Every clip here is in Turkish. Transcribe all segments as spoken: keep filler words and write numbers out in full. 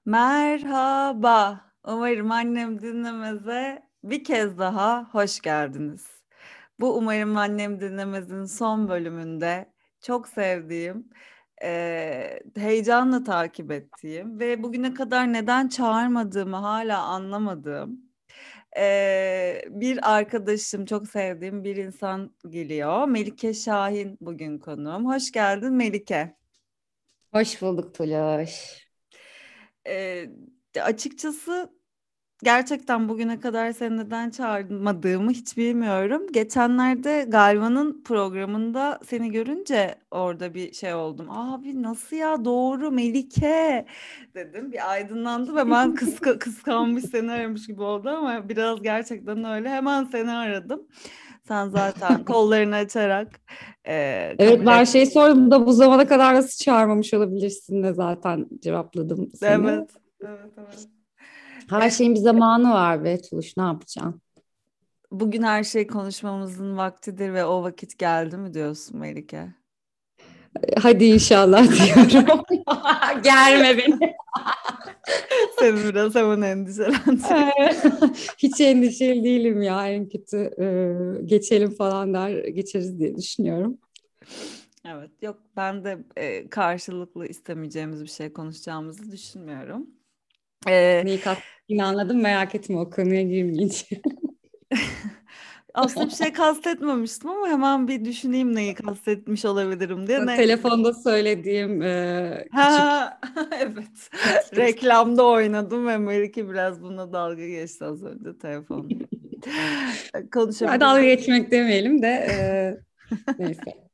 Merhaba. Umarım annem dinlemeze bir kez daha hoş geldiniz. Bu Umarım Annem Dinlemez'in son bölümünde çok sevdiğim, eee, heyecanla takip ettiğim ve bugüne kadar neden çağırmadığımı hala anlamadığım eee, bir arkadaşım, çok sevdiğim bir insan geliyor. Melike Şahin bugün konuğum. Hoş geldin Melike. Hoş bulduk Tulaş. Eee, açıkçası gerçekten bugüne kadar seni neden çağırmadığımı hiç bilmiyorum. Geçenlerde Galvan'ın programında seni görünce orada bir şey oldum. Abi nasıl ya, doğru Melike dedim. Bir aydınlandım ve ben kıska, kıskanmış seni aramış gibi oldu ama biraz gerçekten öyle. Hemen seni aradım. Sen zaten kollarını açarak eee, Evet, kabul ben ettin. şey sordum da bu zamana kadar nasıl çağırmamış olabilirsin de zaten cevapladım seni. Evet, evet, evet. Her şeyin bir zamanı var be Tuluş, ne yapacaksın? Bugün her şey konuşmamızın vaktidir ve o vakit geldi mi diyorsun Melike? Hadi inşallah diyorum. Germe beni. Seni biraz hemen endişelendir. Hiç endişeli değilim ya, en kötü e, geçelim falan der geçeriz diye düşünüyorum. Evet, yok ben de e, karşılıklı istemeyeceğimiz bir şey konuşacağımızı düşünmüyorum. E, Neyi kastettiğini anladım, merak etme, o konuya girmeyeceğim. aslında bir şey kastetmemiştim ama hemen bir düşüneyim neyi kastetmiş olabilirim diye. Ne? Telefonda söylediğim e, küçük Ha, evet. Reklamda oynadım ve Melike biraz buna dalga geçti az önce telefonda. ya, dalga Konuşabiliriz. geçmek demeyelim de e, neyse.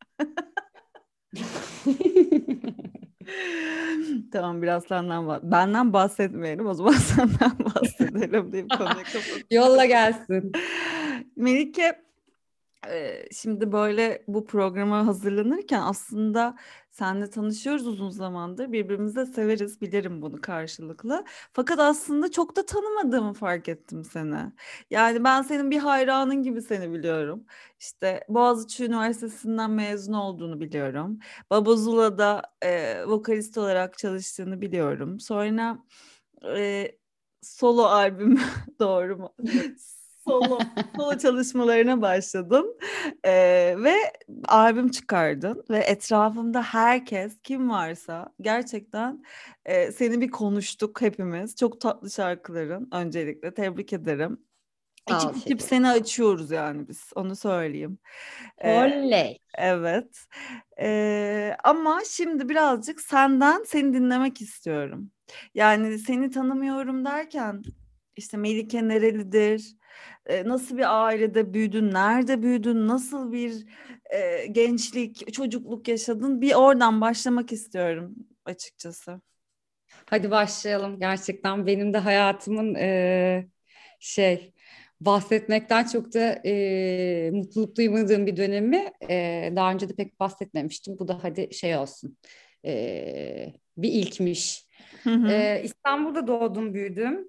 Tamam, biraz senden bah- benden bahsetmeyelim o zaman senden bahsedelim deyip konuyu kapatıyorum. Yolla gelsin. Melike, e, şimdi böyle bu programa hazırlanırken aslında seninle tanışıyoruz uzun zamandır. Birbirimizi de severiz, bilirim bunu karşılıklı. Fakat aslında çok da tanımadığımı fark ettim seni. Yani ben senin bir hayranın gibi seni biliyorum. İşte Boğaziçi Üniversitesi'nden mezun olduğunu biliyorum. Babazula'da e, vokalist olarak çalıştığını biliyorum. Sonra e, solo albüm doğru mu? Solo solo çalışmalarına başladın. Ee, ve albüm çıkardın ve etrafımda herkes kim varsa gerçekten e, seni bir konuştuk hepimiz. Çok tatlı şarkıların, öncelikle tebrik ederim. Sağ İçip ol içip şeker. seni açıyoruz yani biz, onu söyleyeyim. Ee, Oley. evet. Ee, ama şimdi birazcık senden seni dinlemek istiyorum. Yani seni tanımıyorum derken işte Melike nerelidir? Ee, nasıl bir ailede büyüdün? Nerede büyüdün? Nasıl bir e, gençlik, çocukluk yaşadın? Bir oradan başlamak istiyorum açıkçası. Hadi başlayalım. Gerçekten benim de hayatımın e, şey bahsetmekten çok da e, mutluluk duymadığım bir dönemi e, daha önce de pek bahsetmemiştim. Bu da hadi şey olsun. E, bir ilkmiş. Hı hı. E, İstanbul'da doğdum, büyüdüm.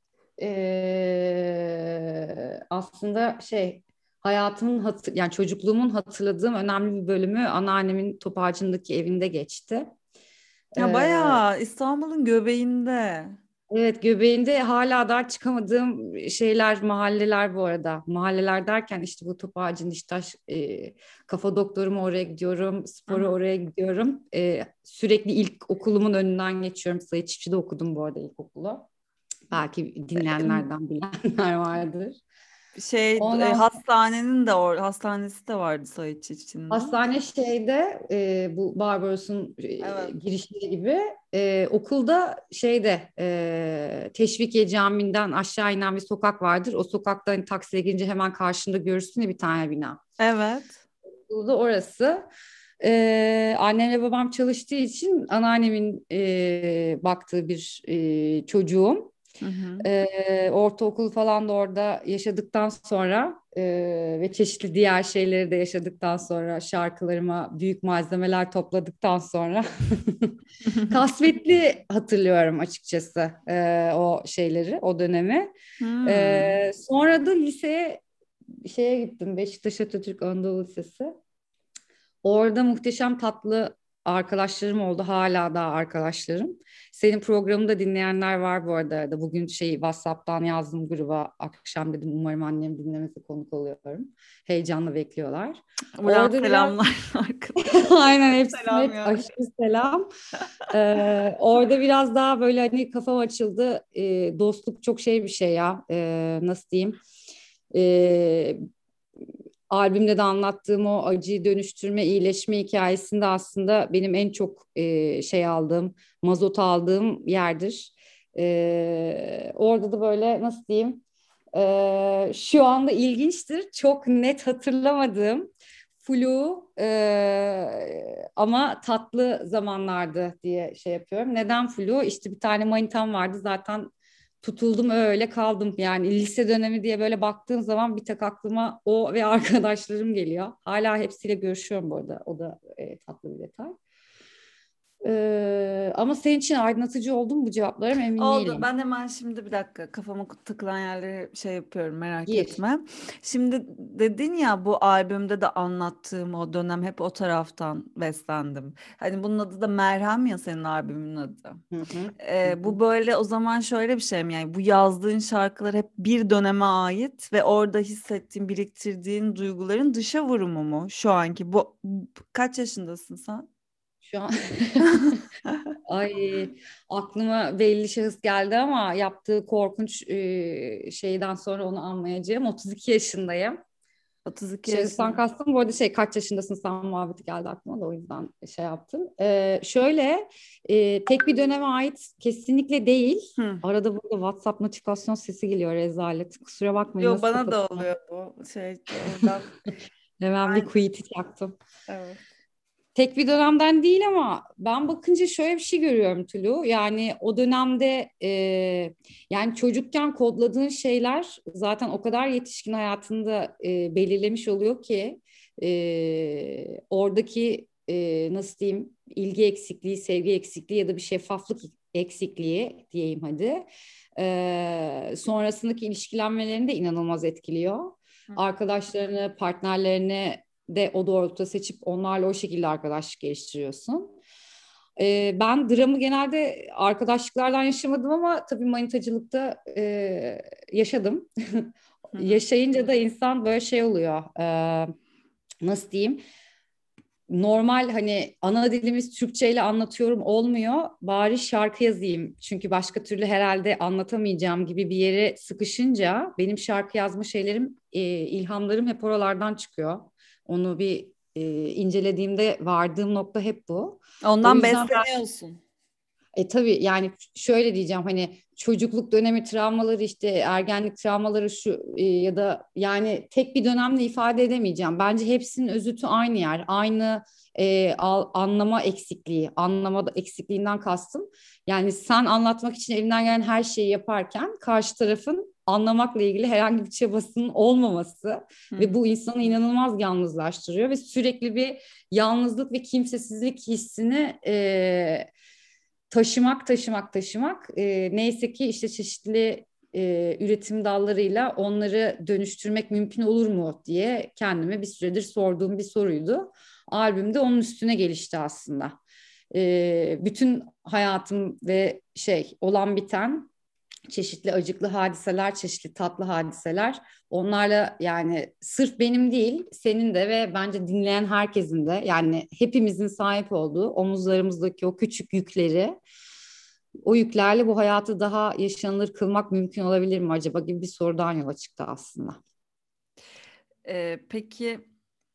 E, aslında şey hayatımın hatır, yani çocukluğumun hatırladığım önemli bir bölümü anneannemin Topağacı'ndaki evinde geçti. Ya Ee, bayağı İstanbul'un göbeğinde. evet, göbeğinde hala dar çıkamadığım şeyler, mahalleler bu arada. Mahalleler derken işte bu Topağacı, Niştaş, e, Kafa Doktoru'ma oraya gidiyorum, Hı spora hı. oraya gidiyorum. E, sürekli ilk okulumun önünden geçiyorum. Sayı Çiftçi'de okudum bu arada ilkokulu. Belki dinleyenlerden bilenler vardır. Şey, e, Ondan hastanenin de or hastanesi de vardı Sayın Çiftçi'nin, değil mi? Hastane şeyde e, bu Barbaros'un e, Evet. girişinde gibi e, okulda şeyde e, Teşvikiye Camii'nden aşağı inen bir sokak vardır. O sokaktan hani taksiye girince hemen karşında görürsün ya bir tane bina. Evet. Okulda orası. E, annemle babam çalıştığı için anneannemin e, baktığı bir e, çocuğum. Hı hı. Ee, ortaokul falan da orada yaşadıktan sonra e, ve çeşitli diğer şeyleri de yaşadıktan sonra şarkılarıma büyük malzemeler topladıktan sonra kasvetli hatırlıyorum açıkçası e, o şeyleri, o dönemi. Hmm. E, sonra da liseye şeye gittim, Beşiktaş Atatürk Anadolu Lisesi. Orada Muhteşem Tatlı arkadaşlarım oldu. Hala daha arkadaşlarım. Senin programını da dinleyenler var bu arada. Da bugün şey WhatsApp'tan yazdım gruba. Akşam dedim umarım annem dinlemesi konuk oluyorum. Heyecanla bekliyorlar. Buradan Orada biraz selamlar arkadaşlar. aynen hepsine Selam yani. aşırı selam. Ee, orada biraz daha böyle hani kafam açıldı. Ee, dostluk çok şey bir şey ya. Ee, nasıl diyeyim? Ee, Albümde de anlattığım o acıyı dönüştürme, iyileşme hikayesinde aslında benim en çok e, şey aldığım, mazot aldığım yerdir. Ee, orada da böyle nasıl diyeyim? Ee, şu anda ilginçtir. Çok net hatırlamadığım flu e, ama tatlı zamanlardı diye şey yapıyorum. Neden flu? İşte bir tane manitam vardı zaten tutuldum öyle kaldım. Yani lise dönemi diye böyle baktığım zaman bir tek aklıma o ve arkadaşlarım geliyor. Hala hepsiyle görüşüyorum bu arada. O da e, tatlı bir detay. Ee, ama senin için aydınlatıcı oldu mu bu cevaplarım emin Oldu. değilim. Ben hemen şimdi bir dakika kafama takılan yerleri şey yapıyorum, merak Gir. etme. Şimdi dedin ya, bu albümde de anlattığım o dönem hep o taraftan beslendim. Hani bunun adı da Merhem ya, senin albümün adı. Hı hı. Hı Ee, hı. bu böyle o zaman şöyle bir şey mi, yani bu yazdığın şarkılar hep bir döneme ait ve orada hissettiğin, biriktirdiğin duyguların dışa vurumu mu şu anki bu, bu- kaç yaşındasın sen? Şu an ay aklıma belli şahıs geldi ama yaptığı korkunç e, şeyden sonra onu anmayacağım. otuz iki yaşındayım. otuz iki Şahıstan yaşında. kastım bu arada şey kaç yaşındasın sen muhabbeti geldi aklıma da o yüzden şey yaptım. Ee, şöyle e, tek bir döneme ait kesinlikle değil. Hı. Arada burada WhatsApp notifikasyon sesi geliyor rezalet. Kusura bakmayın Yo, nasıl bana da kapatacağım. oluyor bu şey oradan. Hemen bir Ben, quit'i çaktım. evet. Tek bir dönemden değil ama ben bakınca şöyle bir şey görüyorum Tulu. Yani o dönemde e, yani çocukken kodladığın şeyler zaten o kadar yetişkin hayatında e, belirlemiş oluyor ki e, oradaki e, nasıl diyeyim ilgi eksikliği, sevgi eksikliği ya da bir şeffaflık eksikliği diyeyim hadi. E, sonrasındaki ilişkilenmelerini de inanılmaz etkiliyor. Hı. Arkadaşlarını, partnerlerini de o doğrultuda seçip onlarla o şekilde arkadaşlık geliştiriyorsun. Ee, ben dramı genelde arkadaşlıklardan yaşamadım ama tabii manitacılıkta e, yaşadım. Hı hı. Yaşayınca da insan böyle şey oluyor. E, nasıl diyeyim? Normal hani ana dilimiz Türkçe ile anlatıyorum olmuyor. Bari şarkı yazayım. Çünkü başka türlü herhalde anlatamayacağım gibi bir yere sıkışınca benim şarkı yazma şeylerim, e, ilhamlarım hep oralardan çıkıyor. Onu bir e, incelediğimde vardığım nokta hep bu. O Ondan yüzden besleniyorsun. e tabii yani şöyle diyeceğim hani çocukluk dönemi travmaları işte ergenlik travmaları şu e, ya da yani tek bir dönemle ifade edemeyeceğim. Bence hepsinin özütü aynı yer. Aynı e, al- anlama eksikliği. Anlama da- eksikliğinden kastım. Yani sen anlatmak için elinden gelen her şeyi yaparken karşı tarafın anlamakla ilgili herhangi bir çabasının olmaması Hı ve hı. bu insanı inanılmaz yalnızlaştırıyor ve sürekli bir yalnızlık ve kimsesizlik hissini e, taşımak taşımak taşımak e, neyse ki işte çeşitli e, üretim dallarıyla onları dönüştürmek mümkün olur mu diye kendime bir süredir sorduğum bir soruydu. Albümde onun üstüne gelişti aslında. E, bütün hayatım ve şey olan biten çeşitli acıklı hadiseler, çeşitli tatlı hadiseler. Onlarla yani sırf benim değil, senin de ve bence dinleyen herkesin de yani hepimizin sahip olduğu omuzlarımızdaki o küçük yükleri, o yüklerle bu hayatı daha yaşanılır kılmak mümkün olabilir mi acaba gibi bir sorudan yola çıktı aslında. Ee, peki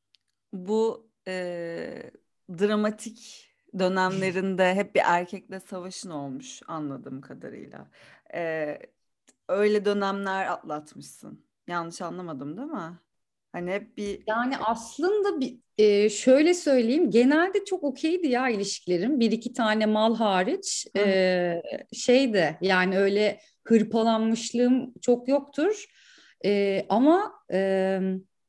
bu e, dramatik dönemlerinde hep bir erkekle savaşın olmuş anladığım kadarıyla. Ee, öyle dönemler atlatmışsın. Yanlış anlamadım değil mi? Hani hep bir... Yani aslında bir e, şöyle söyleyeyim genelde çok okeydi ya ilişkilerim bir iki tane mal hariç Hı hı. e, şeydi yani öyle hırpalanmışlığım çok yoktur. E, ama e,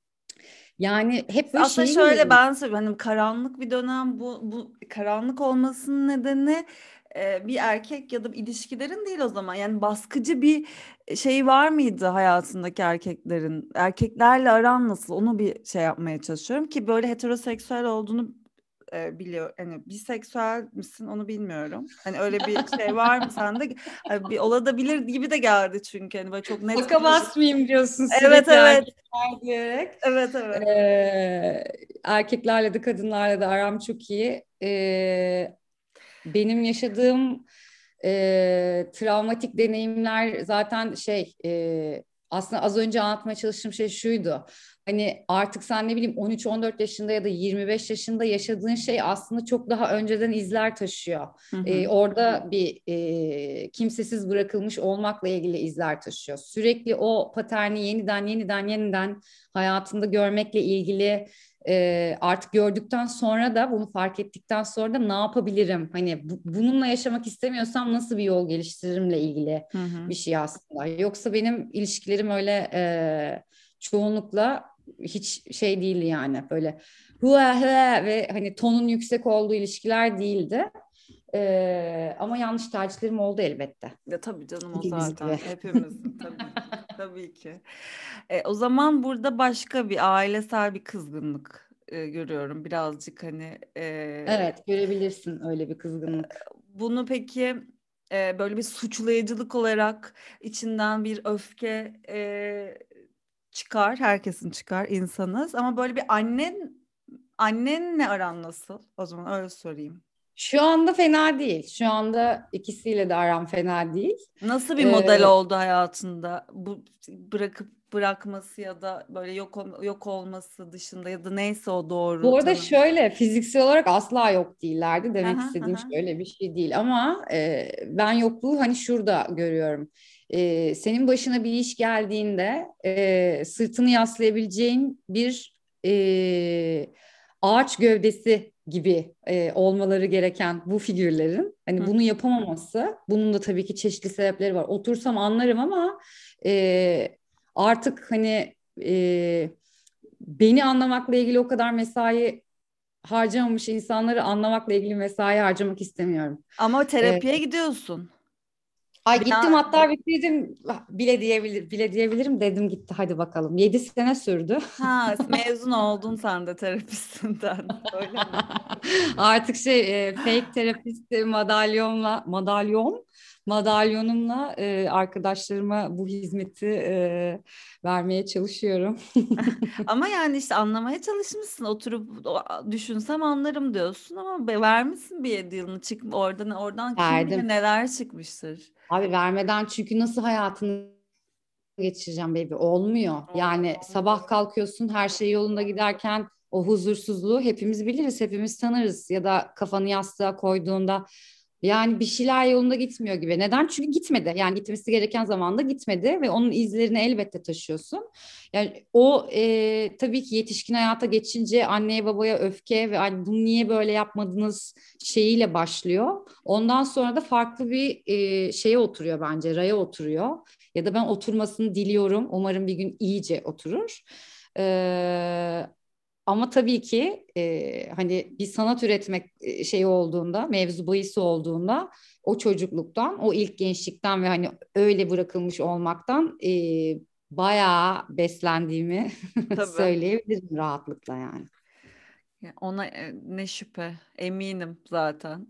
yani hep böyle Aslında şeyi şöyle, görüyorum. ben söyleyeyim, hani karanlık bir dönem, bu bu karanlık olmasının nedeni e, bir erkek ya da ilişkilerin değil o zaman. Yani baskıcı bir şey var mıydı hayatındaki erkeklerin? Erkeklerle aran nasıl? Onu bir şey yapmaya çalışıyorum ki böyle heteroseksüel olduğunu e, biliyor, hani biseksüel misin onu bilmiyorum. Hani öyle bir şey var mı sende? Hani bir olabilir gibi de geldi çünkü hani böyle çok net konuş. Bakamaz mıyım diyorsun Evet, sürekli evet. erkekler diyerek. Evet, evet. Ee, erkeklerle de kadınlarla da aram çok iyi. Ee, benim yaşadığım e, travmatik deneyimler zaten şey e, aslında az önce anlatmaya çalıştığım şey şuydu. Hani artık sen ne bileyim on üç on dört yaşında ya da yirmi beş yaşında yaşadığın şey aslında çok daha önceden izler taşıyor. Hı hı. E, orada bir e, kimsesiz bırakılmış olmakla ilgili izler taşıyor. Sürekli o paterni yeniden yeniden yeniden hayatında görmekle ilgili e, artık gördükten sonra da bunu fark ettikten sonra da ne yapabilirim? Hani bu, bununla yaşamak istemiyorsam nasıl bir yol geliştiririmle ilgili Hı hı. bir şey aslında. Yoksa benim ilişkilerim öyle e, çoğunlukla hiç şey değildi yani böyle hua hua ve hani tonun yüksek olduğu ilişkiler değildi. E, ama yanlış tercihlerim oldu elbette. Ya tabii canım, o Hepimiz zaten gibi. hepimizin tabii ki. Tabii ki. E, o zaman burada başka bir ailesel bir kızgınlık e, görüyorum birazcık hani e, Evet, görebilirsin öyle bir kızgınlık. bunu peki e, böyle bir suçlayıcılık olarak içinden bir öfke e, çıkar, herkesin çıkar, insanız, ama böyle bir annen annenle aran nasıl? O zaman öyle sorayım. Şu anda fena değil. Şu anda ikisiyle de aram fena değil. Nasıl bir model Ee, oldu hayatında? Bu bırakıp bırakması ya da böyle yok ol- yok olması dışında ya da neyse o doğru Bu arada tanım. şöyle fiziksel olarak asla yok değillerdi. Demek Aha, istediğim aha. şöyle bir şey değil. Ama e, ben yokluğu hani şurada görüyorum. E, senin başına bir iş geldiğinde e, sırtını yaslayabileceğin bir e, ağaç gövdesi gibi e, olmaları gereken bu figürlerin hani Hı. bunu yapamaması, bunun da tabii ki çeşitli sebepleri var. Otursam anlarım ama e, artık hani e, beni anlamakla ilgili o kadar mesai harcamamış insanları anlamakla ilgili mesai harcamak istemiyorum. Ama Ee, terapiye gidiyorsun. ay Bir gittim an- hatta bitirdim bile diyebilir bile diyebilirim dedim gitti hadi bakalım. Yedi sene sürdü. ha, mezun oldun sen de terapistinden. Öyle mi? Artık şey e, fake terapist madalyonla madalyon madalyonumla e, arkadaşlarıma bu hizmeti e, vermeye çalışıyorum. Ama yani işte anlamaya çalışmışsın. Oturup o- düşünsem anlarım diyorsun ama be- vermişsin bir yedi yılını, çık oradan oradan kim bilir Verdim. neler çıkmıştır. Abi vermeden çünkü nasıl hayatını geçireceğim baby olmuyor. Olmuyor, Yani olmuyor. sabah kalkıyorsun her şey yolunda giderken o huzursuzluğu hepimiz biliriz, hepimiz tanırız ya da kafanı yastığa koyduğunda yani bir şeyler yolunda gitmiyor gibi. Neden? Çünkü gitmedi. Yani gitmesi gereken zamanda gitmedi ve onun izlerini elbette taşıyorsun. Yani o e, tabii ki yetişkin hayata geçince anneye babaya öfke ve "Ay, bunu niye böyle yapmadınız" şeyiyle başlıyor. Ondan sonra da farklı bir e, şeye oturuyor bence, raya oturuyor ya da ben oturmasını diliyorum. Umarım bir gün iyice oturur. Ee, ama tabii ki e, hani bir sanat üretmek e, şeyi olduğunda, mevzu bahisi olduğunda o çocukluktan, o ilk gençlikten ve hani öyle bırakılmış olmaktan e, bayağı beslendiğimi Tabii. söyleyebilirim rahatlıkla yani. Ya ona e, ne şüphe, eminim zaten.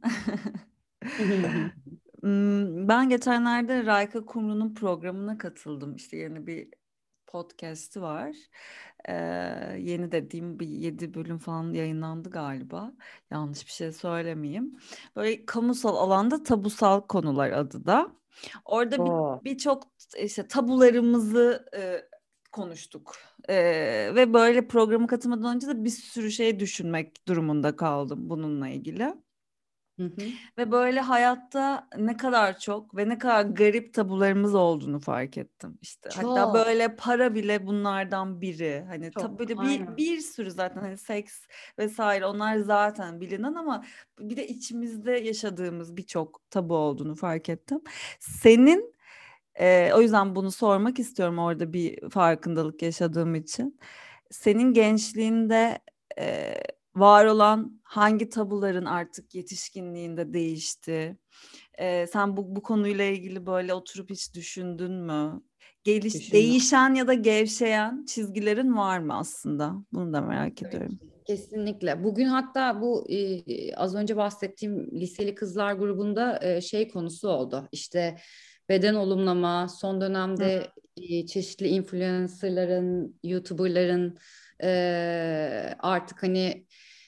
Hmm, Ben geçenlerde Rayka Kumru'nun programına katıldım. İşte yeni bir podcast'i var. Ee, Yeni dediğim bir yedi bölüm falan yayınlandı galiba. Yanlış bir şey söylemeyeyim. Böyle kamusal alanda tabusal konular adı da. Orada bir Oo. birçok işte tabularımızı e, konuştuk. Ee, ve böyle programa katılmadan önce de bir sürü şey düşünmek durumunda kaldım bununla ilgili. Hı hı. Ve böyle hayatta ne kadar çok ve ne kadar garip tabularımız olduğunu fark ettim. İşte hatta Çok, böyle para bile bunlardan biri. Hani tabii çok. böyle bir Aynen. bir sürü zaten hani seks vesaire onlar zaten bilinen ama bir de içimizde yaşadığımız birçok tabu olduğunu fark ettim. Senin e, o yüzden bunu sormak istiyorum orada bir farkındalık yaşadığım için. Senin gençliğinde e, var olan hangi tabuların artık yetişkinliğinde değişti? Ee, sen bu, bu konuyla ilgili böyle oturup hiç düşündün mü? Geliş, Düşündüm. değişen ya da gevşeyen çizgilerin var mı aslında? Bunu da merak Tabii ediyorum. ki. Kesinlikle. Bugün hatta bu e, az önce bahsettiğim liseli kızlar grubunda e, şey konusu oldu. İşte beden olumlama, son Hı. dönemde e, çeşitli influencerların, YouTuber'ların e, artık hani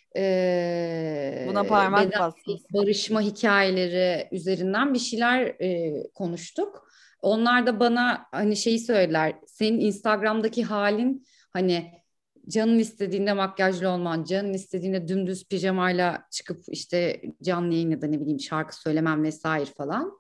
Buna e, parmak beden bastın sen. barışma hikayeleri üzerinden bir şeyler e, konuştuk. Onlar da bana hani şeyi söylediler. Senin Instagram'daki halin hani canın istediğinde makyajlı olman, canın istediğinde dümdüz pijamayla çıkıp işte canlı yayın ya da ne bileyim şarkı söylemem vesaire falan.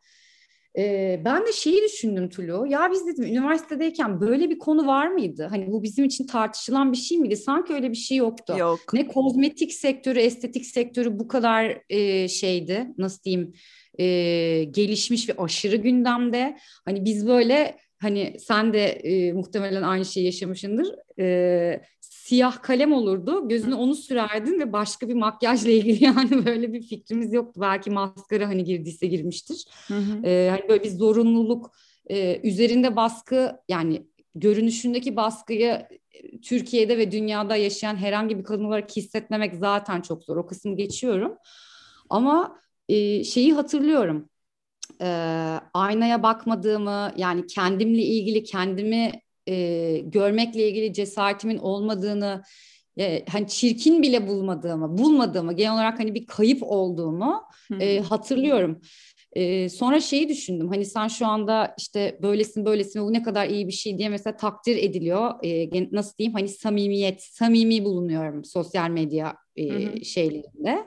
Ee, ben de şeyi düşündüm Tulu. Ya biz dedim üniversitedeyken böyle bir konu var mıydı? Hani bu bizim için tartışılan bir şey miydi? Sanki öyle bir şey yoktu. Yok. Ne kozmetik sektörü, estetik sektörü bu kadar e, şeydi. Nasıl diyeyim? E, gelişmiş ve aşırı gündemde. Hani biz böyle hani sen de e, muhtemelen aynı şeyi yaşamışsındır. E, siyah kalem olurdu. Gözüne onu sürerdin ve başka bir makyajla ilgili yani böyle bir fikrimiz yoktu. Belki maskara hani girdiyse girmiştir. Hı hı. E, hani böyle bir zorunluluk e, üzerinde baskı yani görünüşündeki baskıyı e, Türkiye'de ve dünyada yaşayan herhangi bir kadın olarak hissetmemek zaten çok zor. O kısmı geçiyorum. Ama e, şeyi hatırlıyorum e, aynaya bakmadığımı yani kendimle ilgili kendimi e, görmekle ilgili cesaretimin olmadığını e, hani çirkin bile bulmadığımı bulmadığımı genel olarak hani bir kayıp olduğumu Hı e, hı. hatırlıyorum. E, sonra şeyi düşündüm hani sen şu anda işte böylesin böylesin bu ne kadar iyi bir şey diye mesela takdir ediliyor. E, nasıl diyeyim hani samimiyet samimi bulunuyorum sosyal medya Hı hı. e, şeylerinde.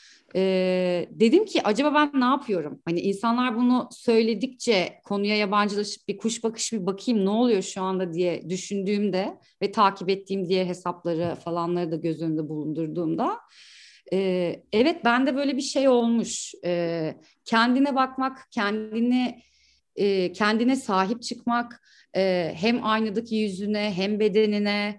Ee, dedim ki acaba ben ne yapıyorum? Hani insanlar bunu söyledikçe konuya yabancılaşıp bir kuş bakışı bir bakayım ne oluyor şu anda diye düşündüğümde ve takip ettiğim diğer hesapları falanları da göz önünde bulundurduğumda e, evet bende böyle bir şey olmuş. E, kendine bakmak, kendini e, kendine sahip çıkmak, e, hem aynadaki yüzüne hem bedenine.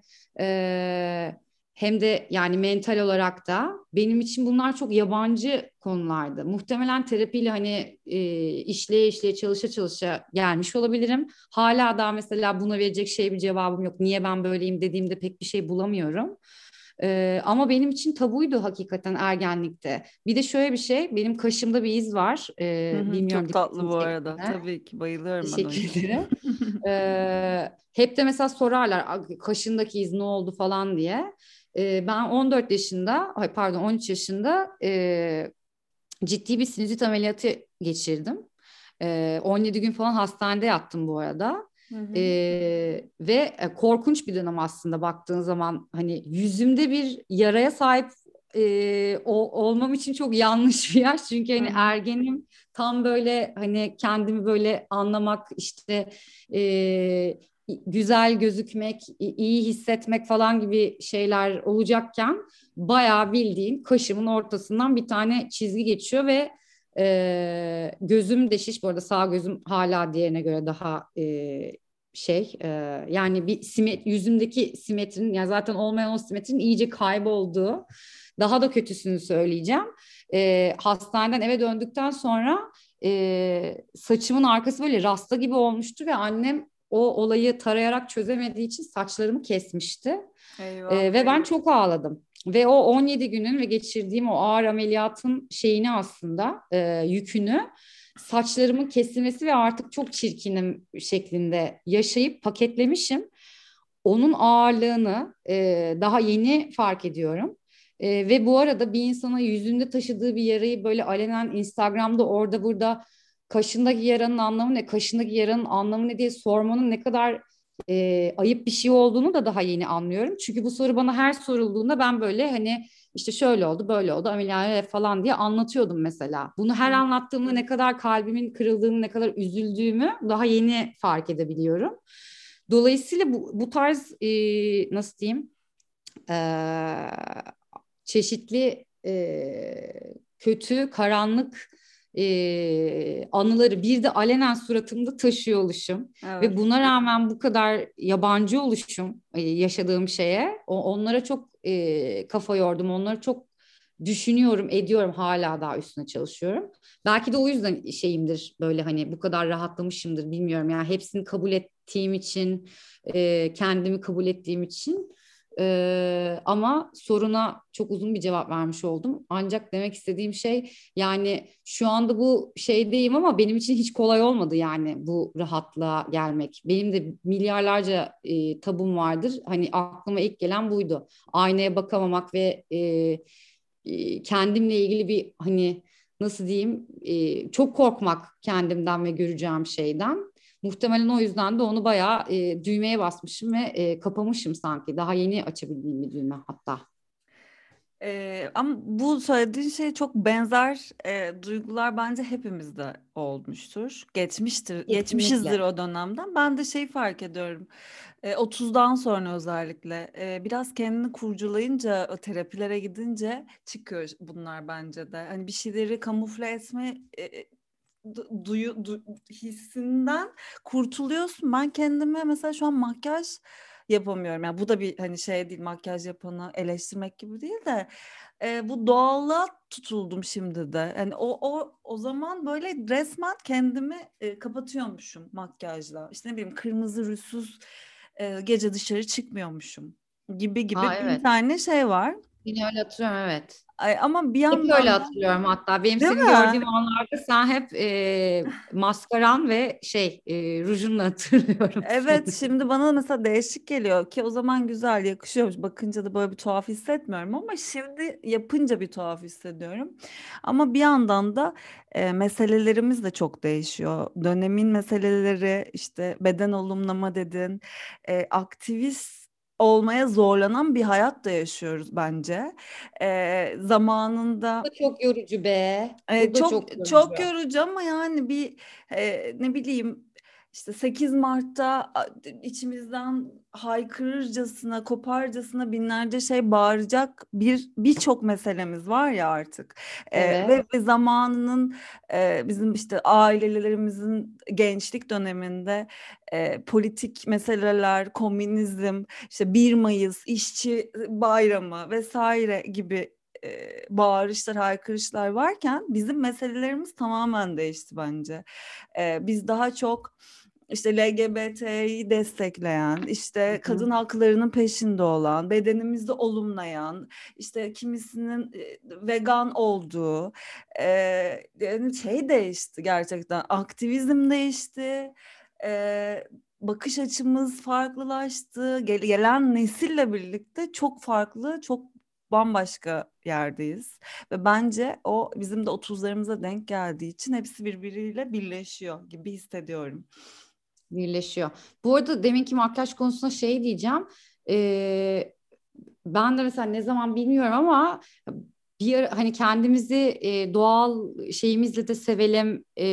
E, Hem de yani mental olarak da benim için bunlar çok yabancı konulardı. Muhtemelen terapiyle hani e, işleye işleye çalışa çalışa gelmiş olabilirim. Hala daha mesela buna verecek şey bir cevabım yok. Niye ben böyleyim dediğimde pek bir şey bulamıyorum. Ee, ama benim için tabuydu hakikaten ergenlikte. Bir de şöyle bir şey, benim kaşımda bir iz var. Hı Ee, hı. bilmiyorum Çok tatlı dikkatini bu çekti arada. mi? Tabii ki bayılıyorum ben o Teşekkür yüzden. ederim. Ee, hep de mesela sorarlar kaşındaki iz ne oldu falan diye. Ee, ben on dört yaşında, ay pardon on üç yaşında e, ciddi bir sinüzit ameliyatı geçirdim. Ee, on yedi gün falan hastanede yattım bu arada. Hı hı. Ee, ve e, korkunç bir dönem aslında baktığın zaman hani yüzümde bir yaraya sahip e, o, olmam için çok yanlış bir yaş. Çünkü Hı hani hı. ergenim tam böyle hani kendimi böyle anlamak işte e, güzel gözükmek, iyi hissetmek falan gibi şeyler olacakken bayağı bildiğin kaşımın ortasından bir tane çizgi geçiyor ve e, gözüm de şiş. Bu arada sağ gözüm hala diğerine göre daha e, şey e, yani bir simet yüzümdeki simetrinin yani zaten olmayan o simetrinin iyice kaybolduğu daha da kötüsünü söyleyeceğim. E, hastaneden eve döndükten sonra e, saçımın arkası böyle rasta gibi olmuştu ve annem o olayı tarayarak çözemediği için saçlarımı kesmişti. Eyvah. E, ve ben çok ağladım. Ve o on yedi günün ve geçirdiğim o ağır ameliyatın şeyini aslında e, yükünü saçlarımın kesilmesi ve artık çok çirkinim şeklinde yaşayıp paketlemişim. Onun ağırlığını e, daha yeni fark ediyorum. E, ve bu arada bir insana yüzünde taşıdığı bir yarayı böyle alenen Instagram'da orada burada kaşındaki yaranın anlamı ne, kaşındaki yaranın anlamı ne diye sormanın ne kadar e, ayıp bir şey olduğunu da daha yeni anlıyorum. Çünkü bu soru bana her sorulduğunda ben böyle hani işte şöyle oldu, böyle oldu, ameliyat falan diye anlatıyordum mesela. Bunu Hı her hı. anlattığımda ne kadar kalbimin kırıldığını, ne kadar üzüldüğümü daha yeni fark edebiliyorum. Dolayısıyla bu, bu tarz e, nasıl diyeyim e, çeşitli e, kötü, karanlık e, anıları bir de alenen suratımda taşıyor oluşum ve Evet. buna rağmen bu kadar yabancı oluşum e, yaşadığım şeye o, onlara çok e, kafa yordum, onları çok düşünüyorum, ediyorum, hala daha üstüne çalışıyorum. Belki de o yüzden şeyimdir, böyle hani bu kadar rahatlamışımdır, bilmiyorum. Yani hepsini kabul ettiğim için, e, kendimi kabul ettiğim için. E, ama soruna çok uzun bir cevap vermiş oldum. Ancak demek istediğim şey, yani şu anda bu şeydeyim ama benim için hiç kolay olmadı yani bu rahatlığa gelmek. Benim de milyarlarca e, tabum vardır. Hani aklıma ilk gelen buydu. Aynaya bakamamak ve e, e, kendimle ilgili bir, hani nasıl diyeyim, e, çok korkmak kendimden ve göreceğim şeyden. Muhtemelen o yüzden de onu bayağı e, düğmeye basmışım ve e, kapamışım sanki. Daha yeni açabildiğim bir düğme hatta. Ee, ama bu söylediğin şey çok benzer e, duygular bence hepimizde olmuştur. Geçmiştir, geçmişizdir Kesinlikle. o dönemden. Ben de şeyi fark ediyorum. E, otuzdan sonra özellikle e, biraz kendini kurculayınca, o terapilere gidince çıkıyor bunlar bence de. Hani bir şeyleri kamufle etme e, e, du- duyu du- hissinden kurtuluyorsun. Ben kendime mesela şu an makyaj yapamıyorum. Yani bu da bir hani şey değil, makyaj yapanı eleştirmek gibi değil de e, bu doğallığa tutuldum şimdi de. Yani o o o zaman böyle resmen kendimi e, kapatıyormuşum makyajla. İşte ne bileyim kırmızı rüsüz e, gece dışarı çıkmıyormuşum gibi Ha, gibi bin evet. tane şey var. Yine öyle hatırlıyorum, evet. Ay, ama bir Hep öyle yandan da hatırlıyorum hatta. Benim değil seni mi? gördüğüm anlarda sen hep e, maskaran ve şey e, rujunla hatırlıyorum Evet, seni. şimdi bana mesela değişik geliyor ki o zaman güzel yakışıyormuş. Bakınca da böyle bir tuhaf hissetmiyorum ama şimdi yapınca bir tuhaf hissediyorum. Ama bir yandan da e, meselelerimiz de çok değişiyor. Dönemin meseleleri işte beden olumlama dedin, e, aktivist olmaya zorlanan bir hayat da yaşıyoruz bence. E, Bu zamanında da çok yorucu be. e, Bu da çok çok yorucu. çok yorucu ama yani bir e, ne bileyim işte sekiz Mart'ta a, içimizden haykırırcasına, koparcasına binlerce şey bağıracak bir birçok meselemiz var ya artık. E, Evet. ve, ve zamanının e, bizim işte ailelerimizin gençlik döneminde e, politik meseleler, komünizm, işte bir Mayıs, işçi bayramı vesaire gibi e, bağırışlar, haykırışlar varken bizim meselelerimiz tamamen değişti bence. E, biz daha çok işte L G B T'yi destekleyen, işte Hı hı. kadın haklarının peşinde olan, bedenimizi olumlayan, işte kimisinin e, vegan olduğu, e, yani şey değişti gerçekten, aktivizm değişti, e, bakış açımız farklılaştı, Gel- gelen nesille birlikte çok farklı, çok bambaşka yerdeyiz ve bence o bizim de otuzlarımıza denk geldiği için hepsi birbiriyle birleşiyor gibi hissediyorum. Birleşiyor. Bu arada deminki makyaj konusunda şey diyeceğim. Ee, Ben de mesela ne zaman bilmiyorum ama bir ara hani kendimizi e, doğal şeyimizle de sevelim. E,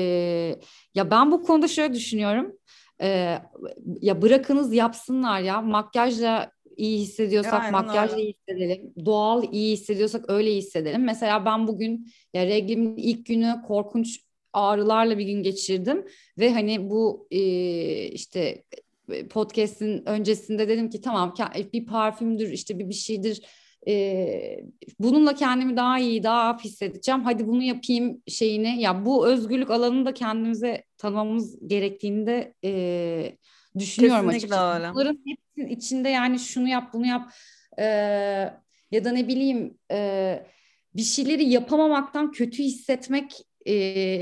ya ben bu konuda şöyle düşünüyorum. E, Ya bırakınız yapsınlar ya. Makyajla iyi hissediyorsak Aynen makyajla öyle. iyi hissedelim. Doğal iyi hissediyorsak öyle iyi hissedelim. Mesela ben bugün, ya reglimin ilk günü, korkunç ağrılarla bir gün geçirdim ve hani bu e, işte podcast'in öncesinde dedim ki tamam, bir parfümdür işte, bir bir şeydir. Ee, Bununla kendimi daha iyi, daha hafif hissedeceğim. Hadi bunu yapayım şeyini. Ya bu özgürlük alanını da kendimize tanımamız gerektiğini de e, düşünüyorum Kesinlikle açıkçası. öyle. Bunların hepsinin içinde yani şunu yap, bunu yap, e, ya da ne bileyim, e, bir şeyleri yapamamaktan kötü hissetmek e,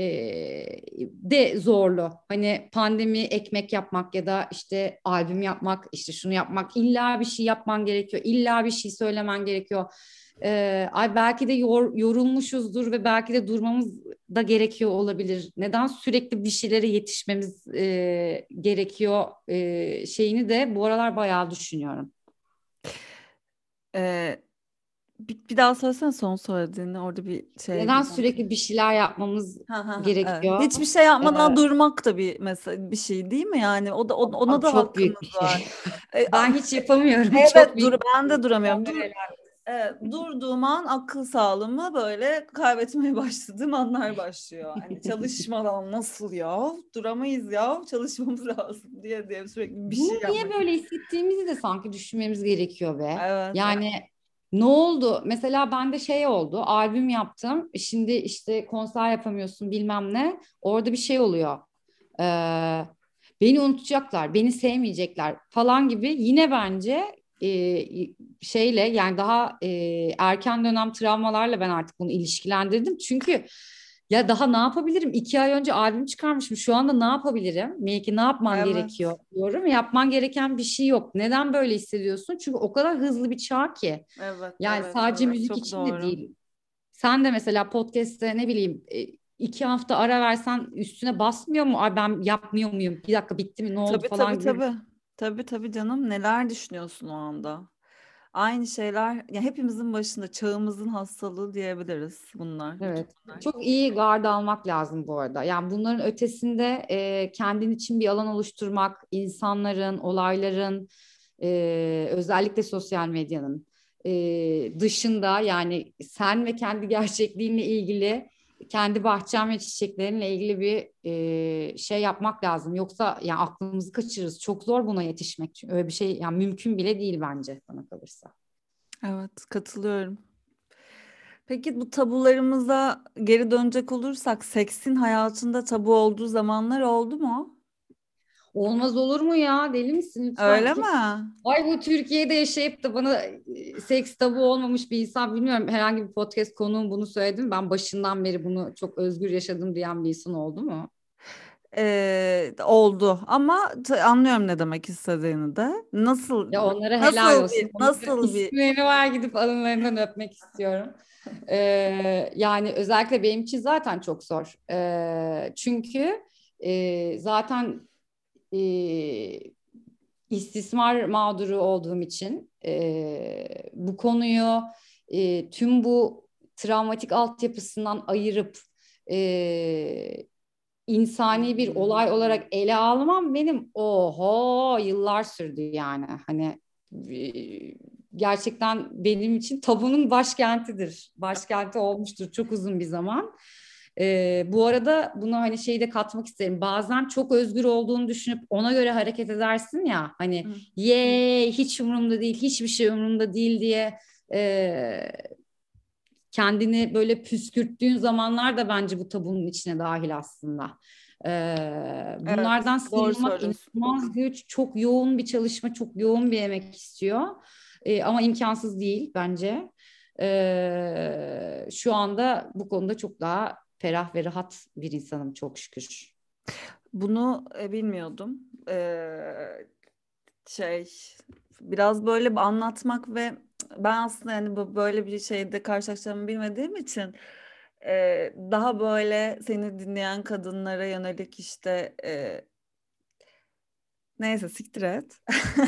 de zorlu. Hani pandemi, ekmek yapmak ya da işte albüm yapmak, işte şunu yapmak, illa bir şey yapman gerekiyor, illa bir şey söylemen gerekiyor. Ee, ay belki de yor, yorulmuşuzdur ve belki de durmamız da gerekiyor olabilir. Neden sürekli bir şeylere yetişmemiz e, gerekiyor e, şeyini de bu aralar bayağı düşünüyorum. Ee, bir, bir daha söylesene son söylediğini. Orada bir şey Neden birden. sürekli bir şeyler yapmamız Ha, ha, ha, evet. gerekiyor? Hiçbir şey yapmadan Ee, durmak da bir mesela bir şey değil mi yani? O da o- ona Abi da çok büyük bir hakkımız şey. var. Ee, a- Ben hiç yapamıyorum. Çok evet dur büyük bir ben şey. de duramıyorum. Mükemmel Dur helal. evet, durduğum an akıl sağlığımı böyle kaybetmeye başladığım anlar başlıyor. Hani çalışmadan nasıl ya? Duramayız ya. Çalışmamız lazım diye diye sürekli bir Bunu şey niye yapmak. böyle hissettiğimizi de sanki düşünmemiz gerekiyor be. Evet, evet. Yani Ne oldu? Mesela bende şey oldu. Albüm yaptım. Şimdi işte konser yapamıyorsun bilmem ne. Orada bir şey oluyor. Ee, Beni unutacaklar, beni sevmeyecekler falan gibi. Yine bence e, şeyle yani daha e, erken dönem travmalarla ben artık bunu ilişkilendirdim. Çünkü ya daha ne yapabilirim? İki ay önce albüm çıkarmışım. Şu anda ne yapabilirim? Belki ne yapman Evet. gerekiyor diyorum. Yapman gereken bir şey yok. Neden böyle hissediyorsun? Çünkü o kadar hızlı bir çağ ki. Evet, Yani evet, sadece evet. müzik Çok için de doğru. değil. Sen de mesela podcast'te ne bileyim e, iki hafta ara versen üstüne basmıyor mu? Ay ben yapmıyor muyum? Bir dakika bitti mi? Ne oldu Tabii, falan tabii, gibi. tabii. Tabii, tabii canım. Neler düşünüyorsun o anda? Aynı şeyler ya hepimizin başında çağımızın hastalığı diyebiliriz bunlar. Bütün Evet. bunlar. Çok iyi gard almak lazım bu arada. Yani bunların ötesinde e, kendin için bir alan oluşturmak, insanların, olayların, e, özellikle sosyal medyanın e, dışında yani sen ve kendi gerçekliğinle ilgili, kendi bahçen ve çiçeklerinle ilgili bir e, şey yapmak lazım. Yoksa yani aklımızı kaçırırız. Çok zor buna yetişmek. Çünkü öyle bir şey yani mümkün bile değil bence bana kalırsa. Evet, katılıyorum. Peki bu tabularımıza geri dönecek olursak seksin hayatında tabu olduğu zamanlar oldu mu? Olmaz olur mu ya? Deli misin lütfen? Öyle Çok... mi? Ay bu Türkiye'de yaşayıp da bana e, seks tabu olmamış bir insan bilmiyorum. Herhangi bir podcast konuğum bunu söyledi mi? Ben başından beri bunu çok özgür yaşadım diyen bir insan oldu mu? Ee, oldu ama t- anlıyorum ne demek istediğini de. Nasıl Ya onlara helal nasıl olsun. bir Onların nasıl bir isimlerini var gidip alınlarından öpmek istiyorum. Ee, yani özellikle benim için zaten çok zor. Ee, çünkü e, zaten e, istismar mağduru olduğum için e, bu konuyu e, tüm bu travmatik altyapısından ayırıp e, insani bir olay olarak ele almam benim oho yıllar sürdü yani hani e, gerçekten benim için tabunun başkentidir. Başkenti olmuştur çok uzun bir zaman. Ee, bu arada bunu hani şeyi de katmak isterim. Bazen çok özgür olduğunu düşünüp ona göre hareket edersin ya hani Hı. ye hiç umurumda değil, hiçbir şey umurumda değil diye e, kendini böyle püskürttüğün zamanlar da bence bu tabunun içine dahil aslında. Ee, Evet, bunlardan doğru sıyrılmak söylüyorsun. inanılmaz güç, çok yoğun bir çalışma, çok yoğun bir emek istiyor. Ee, ama imkansız değil bence. Ee, şu anda bu konuda çok daha ferah ve rahat bir insanım çok şükür. Bunu e, bilmiyordum. Ee, şey biraz böyle bir anlatmak ve ben aslında yani bu böyle bir şeyde karşılaşacağımı bilmediğim için e, daha böyle seni dinleyen kadınlara yönelik işte e, neyse siktir et.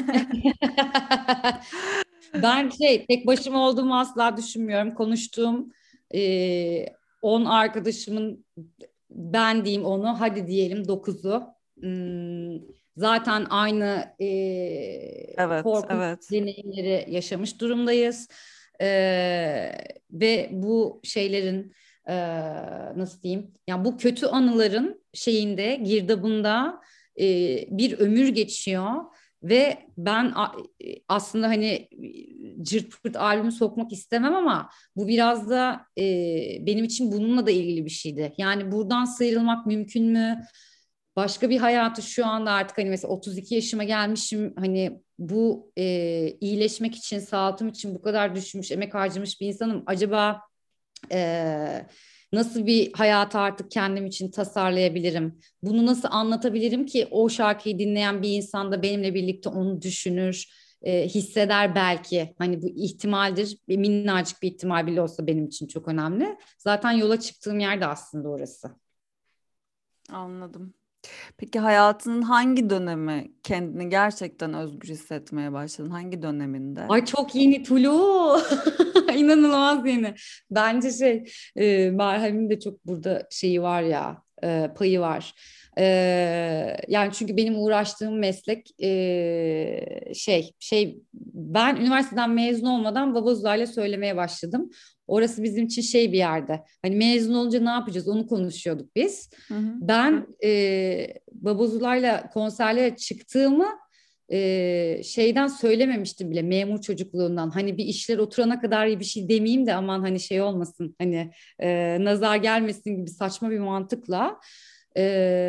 Ben şey tek başıma olduğumu asla düşünmüyorum. Konuştuğum e, on arkadaşımın ben diyeyim onu hadi diyelim dokuzu. Hmm, zaten aynı e, Evet, korkunç evet. deneyimleri yaşamış durumdayız. E, Ve bu şeylerin e, nasıl diyeyim? Yani bu kötü anıların şeyinde girdabında e, bir ömür geçiyor. Ve ben a- aslında hani cırt pırt albümü sokmak istemem ama bu biraz da e, benim için bununla da ilgili bir şeydi. Yani buradan sıyrılmak mümkün mü? Başka bir hayatı şu anda artık hani mesela otuz iki yaşıma gelmişim hani bu e, iyileşmek için sağlığım için bu kadar düşünmüş emek harcamış bir insanım. Acaba e, nasıl bir hayatı artık kendim için tasarlayabilirim? Bunu nasıl anlatabilirim ki o şarkıyı dinleyen bir insan da benimle birlikte onu düşünür, e, hisseder belki. Hani bu ihtimaldir. Bir minnacık bir ihtimal bile olsa benim için çok önemli. Zaten yola çıktığım yer de aslında orası. Anladım. Peki hayatının hangi dönemi kendini gerçekten özgür hissetmeye başladın? Hangi döneminde? Ay çok yeni Tulu. İnanılmaz yeni. Bence şey e, Merhem'in de çok burada şeyi var ya e, payı var. E, Yani çünkü benim uğraştığım meslek e, şey şey ben üniversiteden mezun olmadan babazlarla söylemeye başladım. Orası bizim için şey bir yerde. Hani mezun olunca ne yapacağız onu konuşuyorduk biz. Hı hı. Ben e, Babazularla konserlere çıktığımı e, şeyden söylememiştim bile, memur çocukluğundan. Hani bir işler oturana kadar bir şey demeyeyim de aman hani şey olmasın, hani e, nazar gelmesin gibi saçma bir mantıkla. E,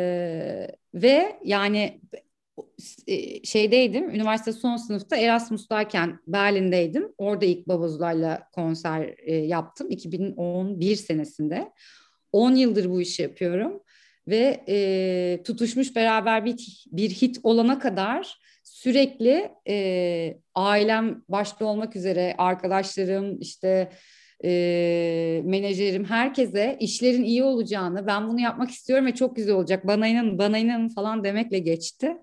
Ve yani e, şeydeydim, üniversite son sınıfta Erasmus'tayken Berlin'deydim. Orada ilk Babazula'yla konser e, yaptım iki bin on bir senesinde. on yıldır bu işi yapıyorum ve e, tutuşmuş beraber bir, bir hit olana kadar sürekli e, ailem başta olmak üzere arkadaşlarım, işte e, menajerim, herkese işlerin iyi olacağını, ben bunu yapmak istiyorum ve çok güzel olacak, bana inanın bana inanın falan demekle geçti.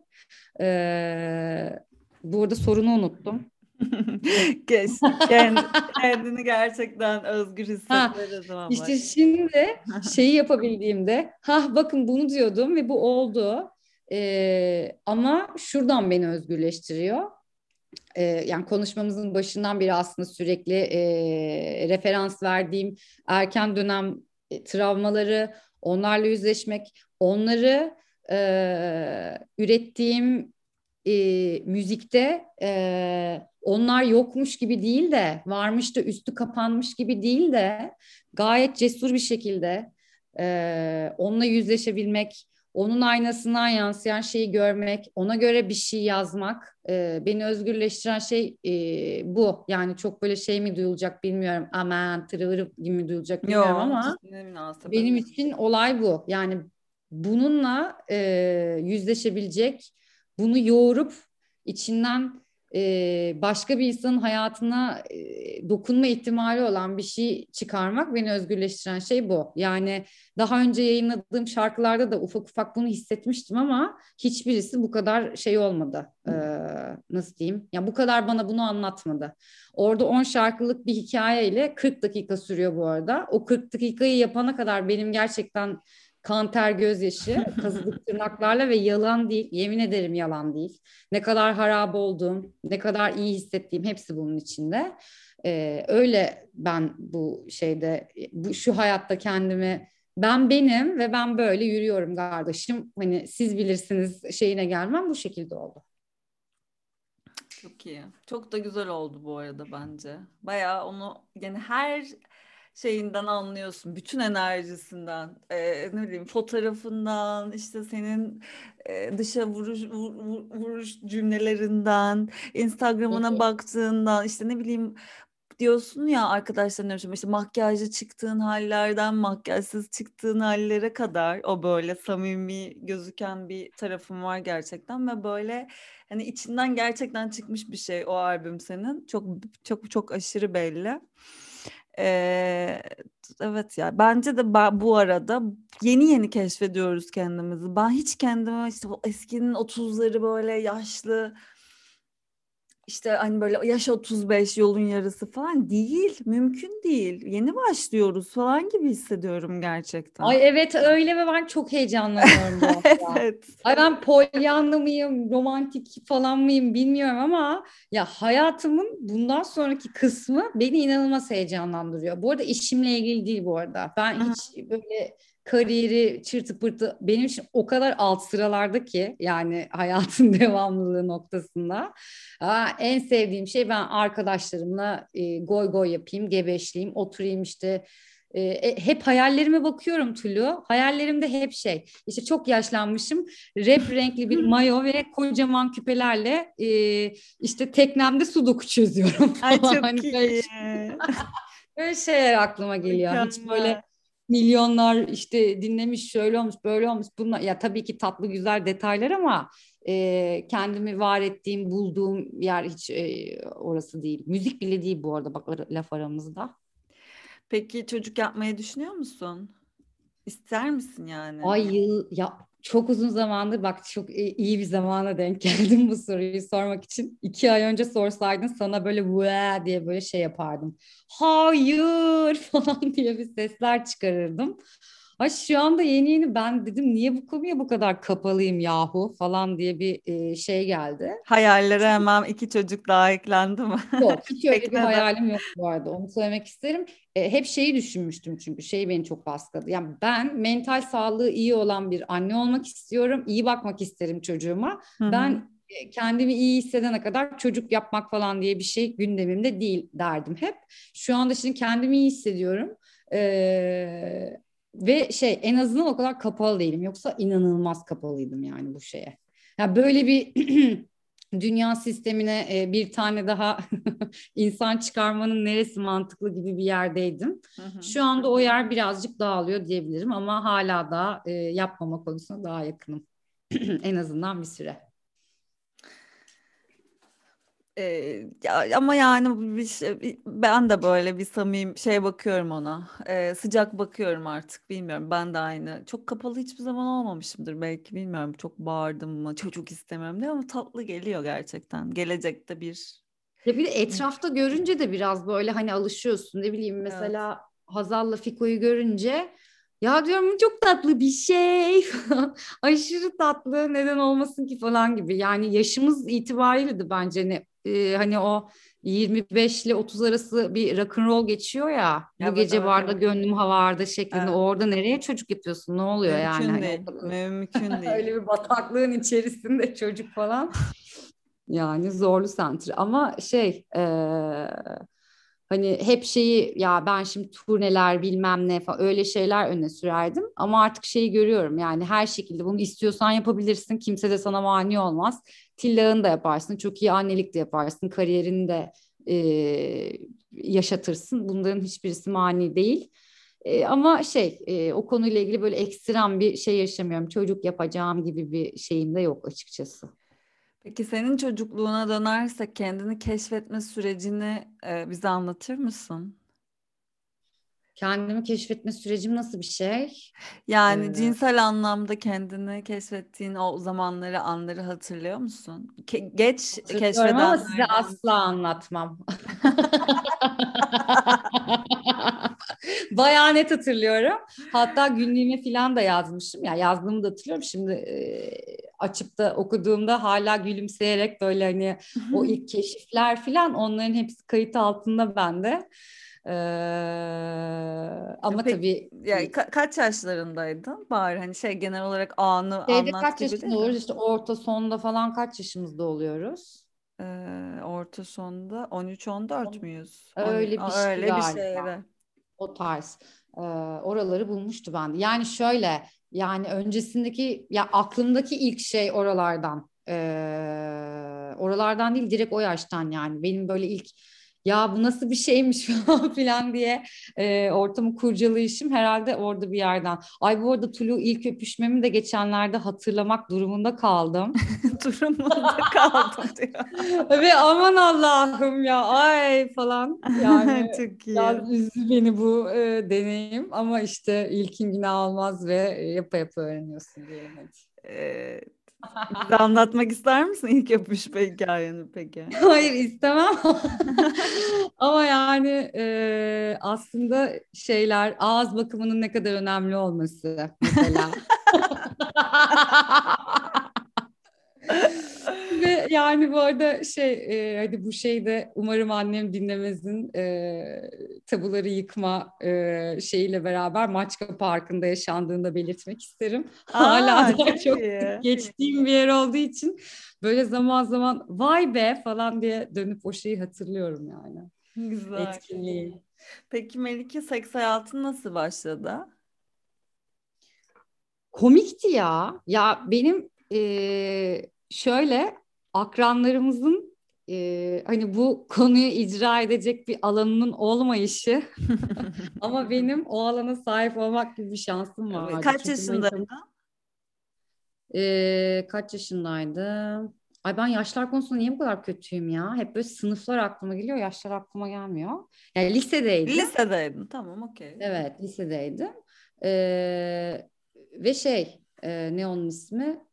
E, Burada sorunu unuttum. Geç, kend- kendini gerçekten özgür Ha, hissetmeye zaman işte bak. şimdi şeyi yapabildiğimde, ha bakın bunu diyordum ve bu oldu. Ee, ama şuradan beni özgürleştiriyor. Ee, yani konuşmamızın başından beri aslında sürekli e, referans verdiğim erken dönem e, travmaları, onlarla yüzleşmek, onları e, ürettiğim e, müzikte e, onlar yokmuş gibi değil de, varmış da üstü kapanmış gibi değil de gayet cesur bir şekilde e, onunla yüzleşebilmek, onun aynasından yansıyan şeyi görmek, ona göre bir şey yazmak, e, beni özgürleştiren şey e, bu. Yani çok böyle şey mi duyulacak bilmiyorum, aman tırıvırı gibi mi duyulacak bilmiyorum Yo, ama ne münasebet. benim için olay bu. Yani bununla e, yüzleşebilecek, bunu yoğurup içinden e, başka bir insanın hayatına e, dokunma ihtimali olan bir şey çıkarmak, beni özgürleştiren şey bu. Yani daha önce yayınladığım şarkılarda da ufak ufak bunu hissetmiştim ama hiçbirisi bu kadar şey olmadı. E, nasıl diyeyim? Ya bu kadar bana bunu anlatmadı. Orada on şarkılık bir hikayeyle kırk dakika sürüyor bu arada. O kırk dakikayı yapana kadar benim gerçekten kan ter gözyaşı, kazıdık tırnaklarla, ve yalan değil. Yemin ederim yalan değil. Ne kadar harap olduğum, ne kadar iyi hissettiğim hepsi bunun içinde. Ee, öyle ben bu şeyde, bu şu hayatta kendimi, ben benim ve ben böyle yürüyorum kardeşim. Hani siz bilirsiniz şeyine gelmem bu şekilde oldu. Çok iyi. Çok da güzel oldu bu arada bence. Bayağı onu yani her şeyinden anlıyorsun. Bütün enerjisinden. Ee, ne bileyim fotoğrafından, işte senin e, dışa vuruş, vur- vur- vuruş cümlelerinden, Instagram'ına baktığından, işte ne bileyim diyorsun ya arkadaşlarına görüşüm, işte makyajlı çıktığın hallerden makyajsız çıktığın hallere kadar o böyle samimi gözüken bir tarafım var gerçekten ve böyle hani içinden gerçekten çıkmış bir şey o albüm senin. Çok çok çok aşırı belli. Ee, evet ya bence de ba- bu arada yeni yeni keşfediyoruz kendimizi. Ben hiç kendime işte o eskinin otuzları böyle yaşlı işte hani böyle yaş otuz beş yolun yarısı falan değil. Mümkün değil. Yeni başlıyoruz falan gibi hissediyorum gerçekten. Ay evet öyle ve ben çok heyecanlanıyorum bu hafta. Evet. Ay ben polyanlı mıyım, romantik falan mıyım bilmiyorum ama ya hayatımın bundan sonraki kısmı beni inanılmaz heyecanlandırıyor. Bu arada işimle ilgili değil bu arada. Ben Aha. hiç böyle kariyeri çırtı pırtı, benim için o kadar alt sıralarda ki yani hayatın devamlılığı noktasında. Aa, en sevdiğim şey, ben arkadaşlarımla e, goy goy yapayım, gebeşleyeyim, oturayım işte. E, e, hep hayallerime bakıyorum Tulu. Hayallerimde hep şey, işte çok yaşlanmışım, rap renkli bir mayo ve kocaman küpelerle e, işte teknemde sudoku çözüyorum Ay falan. çok Hani böyle, iyi. böyle şeyler aklıma geliyor. Hiç Mükemmel. böyle milyonlar işte dinlemiş, şöyle olmuş, böyle olmuş. Bunlar ya tabii ki tatlı güzel detaylar ama e, kendimi var ettiğim, bulduğum yer hiç e, orası değil. Müzik bile değil bu arada, bak laf aramızda. Peki çocuk yapmayı düşünüyor musun? İster misin yani? Ay yıl ya, çok uzun zamandır, bak çok i- iyi bir zamana denk geldim bu soruyu sormak için. İki ay önce sorsaydın sana böyle "Vaa!" diye böyle şey yapardım. Hayır falan diye bir sesler çıkarırdım. Ay şu anda yeni yeni ben dedim niye bu konuya bu kadar kapalıyım yahu falan diye bir e, şey geldi. Hayallere hemen iki çocuk daha eklendi mi? Yok, hiç öyle bir Teknede. hayalim yok bu arada. Onu söylemek isterim. E, hep şeyi düşünmüştüm, çünkü şey beni çok baskıladı. Yani ben mental sağlığı iyi olan bir anne olmak istiyorum. İyi bakmak isterim çocuğuma. Hı hı. Ben kendimi iyi hissedene kadar çocuk yapmak falan diye bir şey gündemimde değil derdim hep. Şu anda şimdi kendimi iyi hissediyorum. Ee, Ve şey, en azından o kadar kapalı değilim. Yoksa inanılmaz kapalıydım yani bu şeye. Ya böyle bir dünya sistemine e, bir tane daha insan çıkarmanın neresi mantıklı gibi bir yerdeydim. Hı hı. Şu anda o yer birazcık dağılıyor diyebilirim ama hala da e, yapmama konusuna daha yakınım. En azından bir süre. Ee, ya- ama yani bir şey, bir- ben de böyle bir samimi şey bakıyorum ona. Ee, sıcak bakıyorum artık, bilmiyorum, ben de aynı. Çok kapalı hiçbir zaman olmamışımdır belki, bilmiyorum, çok bağırdım mı çocuk istemem diye, ama tatlı geliyor gerçekten. Gelecekte bir Ya bir de etrafta görünce de biraz böyle hani alışıyorsun. Ne bileyim, evet. mesela Hazal'la Fiko'yu görünce ya diyorum, "Bu çok tatlı bir şey." falan. Aşırı tatlı, neden olmasın ki falan gibi. Yani yaşımız itibariyle de bence ne e, hani o yirmi beş ile otuz arası bir rock and roll geçiyor ya. Bu Evet, gece evet, barda evet. gönlüm havarda şeklinde. Evet. Orada nereye çocuk yapıyorsun? Ne oluyor yani? Mümkün Hani o değil. kadar Mümkün değil. öyle bir bataklığın içerisinde çocuk falan. Yani zorlu center ama şey e, hani hep şeyi, ya ben şimdi turneler bilmem ne falan öyle şeyler öne sürerdim ama artık şeyi görüyorum, yani her şekilde bunu istiyorsan yapabilirsin, kimse de sana mani olmaz. Tillahını da yaparsın, çok iyi annelik de yaparsın, kariyerini de e, yaşatırsın, bunların hiçbirisi mani değil. E, ama şey e, o konuyla ilgili böyle ekstrem bir şey yaşamıyorum, çocuk yapacağım gibi bir şeyim de yok açıkçası. Peki senin çocukluğuna dönersek, kendini keşfetme sürecini e, bize anlatır mısın? Kendimi keşfetme sürecim nasıl bir şey? Yani Ee, cinsel anlamda kendini keşfettiğin o zamanları, anları hatırlıyor musun? Ke- geç Hatırlıyorum ama size keşfedenlerden. asla anlatmam. Bayağı net hatırlıyorum. Hatta günlüğüme falan da yazmışım. Ya yazdığımı da hatırlıyorum. Şimdi e, açıp da okuduğumda hala gülümseyerek böyle hani o ilk keşifler falan, onların hepsi kayıt altında bende. Ee, Ama Peki tabii ya ka- kaç yaşlarındaydın? Bari hani şey, genel olarak anı şeyde anlat kaç gibi yaşında değil de. oluyoruz? İşte orta sonda falan kaç yaşımızda oluyoruz? Ee, orta sonda on üç on dört müyüz? on, Öyle bir şey öyle bir galiba. şeyde. O tarz e, oraları bulmuştu bende. Yani şöyle, yani öncesindeki, ya aklımdaki ilk şey oralardan. E, oralardan değil, direkt o yaştan yani. Benim böyle ilk ya bu nasıl bir şeymiş falan filan diye e, ortamı kurcalayışım herhalde orada bir yerden. Ay bu arada Tulu, ilk öpüşmemi de geçenlerde hatırlamak durumunda kaldım. Durumunda kaldım diyor. Ve aman Allah'ım ya, ay falan yani, Çok iyi. biraz üzdü beni bu e, deneyim ama işte ilkin günah olmaz ve e, yapa yapa öğreniyorsun diyelim hadi. Ee, bize anlatmak ister misin ilk öpüşme hikayeni peki? Hayır, istemem. Ama yani e, aslında şeyler, ağız bakımının ne kadar önemli olması mesela. Ve yani bu arada şey e, hadi bu şeyde umarım annem dinlemezin, e, tabuları yıkma e, şeyiyle beraber Maçka Parkı'nda yaşandığını da belirtmek isterim. Hala Aa, da çok çok iyi. geçtiğim bir yer olduğu için böyle zaman zaman vay be falan diye dönüp o şeyi hatırlıyorum yani. Güzel. Etkinliği. Peki Melike, seks hayatın nasıl başladı? Komikti ya. Ya benim e, şöyle akranlarımızın e, hani bu konuyu icra edecek bir alanının olmayışı ama benim o alana sahip olmak gibi bir şansım vardı. Kaç Çünkü manitam yaşındaydın? e, kaç yaşındaydım? Ay ben yaşlar konusunda niye bu kadar kötüyüm ya? Hep böyle sınıflar aklıma geliyor, yaşlar aklıma gelmiyor. Yani lisedeydim. Lisedeydin. Tamam, okey. Evet, lisedeydim. E, Ve şey, e, ne onun ismi?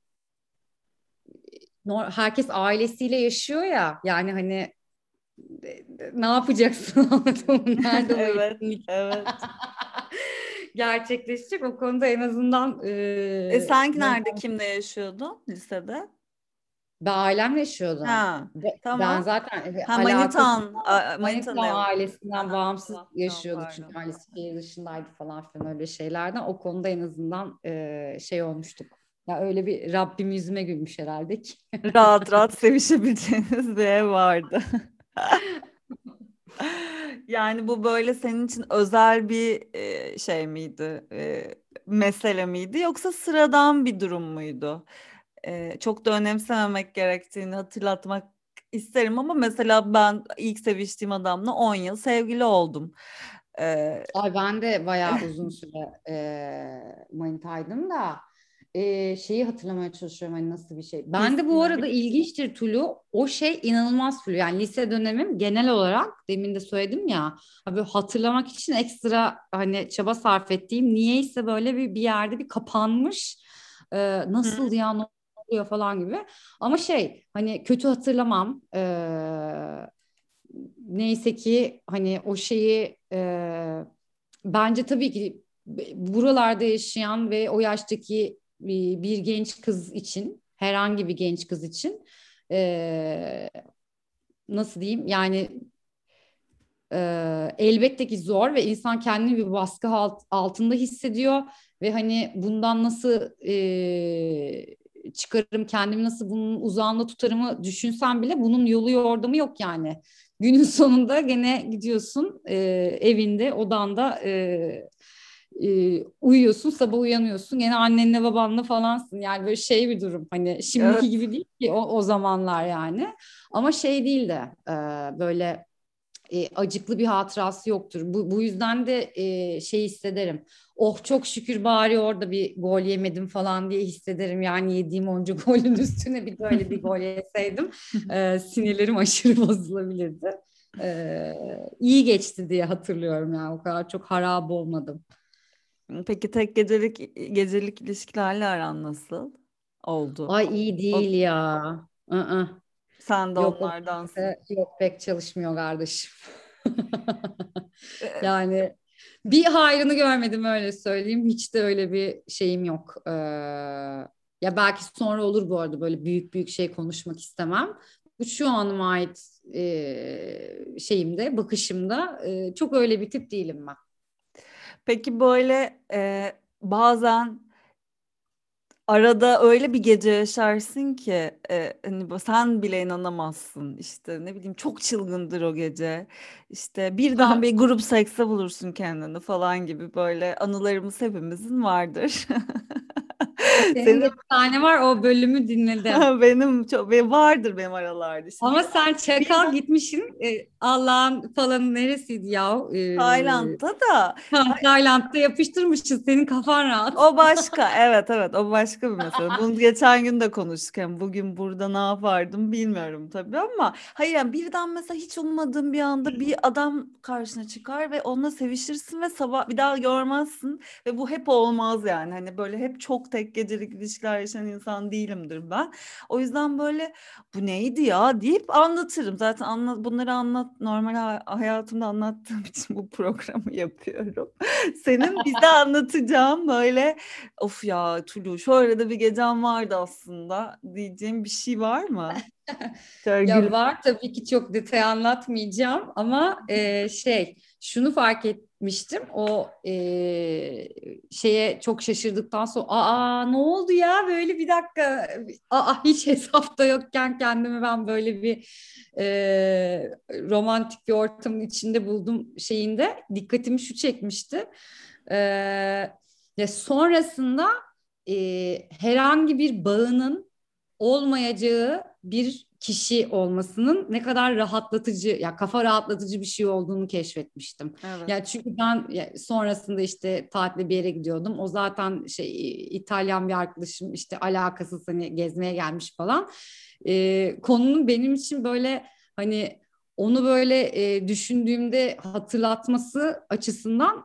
Nor- herkes ailesiyle yaşıyor ya, yani hani e, ne yapacaksın anladın mı? Nerede o Evet, etkinlik evet. gerçekleşecek, o konuda en azından E e, sen böyle nerede, kimle yaşıyordun lisede? ben ailemle yaşıyordum. Ha, Be- Ben tamam. zaten e, Ha, alakası manitan, a- Manitam manitanla yoktu. ailesinden Aha, bağımsız tamam, tamam, yaşıyordu çünkü pardon. ailesi şehir dışındaydı falan filan, öyle şeylerden o konuda en azından e, şey olmuştuk. Ya öyle bir Rabbim yüzüme gülmüş herhalde ki. Rahat rahat sevişebileceğiniz bir ev vardı. Yani bu böyle senin için özel bir e, şey miydi, e, mesele miydi yoksa sıradan bir durum muydu? E, çok da önemsememek gerektiğini hatırlatmak isterim ama mesela ben ilk seviştiğim adamla on yıl sevgili oldum. E, Ay ben de bayağı uzun süre e, manitaydım da e, şeyi hatırlamaya çalışıyorum hani nasıl bir şey. Ben de bu hisler. arada ilginçtir Tulu, o şey inanılmaz Tulu. Yani lise dönemim genel olarak demin de söyledim ya, abi hatırlamak için ekstra hani çaba sarf ettiğim, niyeyse böyle bir, bir yerde bir kapanmış, e, Hı. nasıl ya, ne oluyor falan gibi. Ama şey, hani kötü hatırlamam. E, neyse ki hani o şeyi, e, bence tabii ki buralarda yaşayan ve o yaştaki bir, bir genç kız için, herhangi bir genç kız için, e, nasıl diyeyim yani, e, elbette ki zor ve insan kendini bir baskı alt- altında hissediyor ve hani bundan nasıl e, çıkarım, kendimi nasıl bunun uzağında tutarımı düşünsem bile bunun yolu yordamı yok yani. Günün sonunda gene gidiyorsun, e, evinde odanda, e, e, uyuyorsun, sabah uyanıyorsun gene annenle babanla falansın, yani böyle şey bir durum, hani şimdiki Evet. gibi değil ki o, o zamanlar yani, ama şey değil de, e, böyle e, acıklı bir hatırası yoktur. Bu, bu yüzden de e, şey hissederim. Oh çok şükür bari orada bir gol yemedim falan diye hissederim. Yani yediğim onca golün üstüne bir böyle bir gol yeseydim e, sinirlerim aşırı bozulabilirdi. E, iyi geçti diye hatırlıyorum yani, o kadar çok harap olmadım. Peki tek gecelik gecelik ilişkilerle aran nasıl oldu? Ay iyi O, değil ya. I-ı. sen de Yok o onlardansın. e, yok, pek çalışmıyor kardeşim. Yani bir hayrını görmedim, öyle söyleyeyim. Hiç de öyle bir şeyim yok. Ee, ya belki sonra olur, bu arada böyle büyük büyük şey konuşmak istemem. Bu şu anıma ait e, şeyimde, bakışımda e, çok öyle bir tip değilim ben. Peki böyle e, bazen arada öyle bir gece yaşarsın ki e, hani bu- sen bile inanamazsın işte ne bileyim çok çılgındır o gece işte birden bir grup sekse bulursun kendini falan gibi böyle anılarımız hepimizin vardır. Senin Senin de bir tane var, o bölümü dinledim. benim çok benim vardır benim aralarda işte bir, Ama sen çakal birden gitmişsin. E, Allah'ın falan neresiydi ya? E, Tayland'da da ha, Tayland'da yapıştırmışsın. Senin kafan rahat. o başka, evet evet, o başka bir mesele. Bunu geçen gün de konuştuk. Yani bugün burada ne yapardım bilmiyorum tabii ama hayır yani birden mesela hiç ummadığın bir anda bir adam karşına çıkar ve onunla sevişirsin ve sabah bir daha görmezsin ve bu hep olmaz yani. Hani böyle hep çok tek gecelik ilişkiler yaşayan insan değilimdir ben. O yüzden böyle bu neydi ya deyip anlatırım. Zaten anlat, bunları anlat normal ha- hayatımda anlattığım için bu programı yapıyorum. Senin bize anlatacağın böyle of ya Tulu şöyle de bir gecem vardı aslında diyeceğim bir şey var mı? Şöyle gül. Ya var tabii ki, çok detay anlatmayacağım ama e, şey, şunu fark etmiştim, o e, şeye çok şaşırdıktan sonra, aa ne oldu ya, böyle bir dakika, aa hiç hesapta yokken kendimi ben böyle bir e, romantik bir ortamın içinde buldum şeyinde, dikkatimi şu çekmişti. E, ya sonrasında e, herhangi bir bağının olmayacağı bir kişi olmasının ne kadar rahatlatıcı, ya kafa rahatlatıcı bir şey olduğunu keşfetmiştim. Evet. Ya çünkü ben ya sonrasında işte tatile bir yere gidiyordum. O zaten şey, İtalyan bir arkadaşım, işte alakasız hani gezmeye gelmiş falan. Ee, konunun benim için böyle hani onu böyle e, düşündüğümde hatırlatması açısından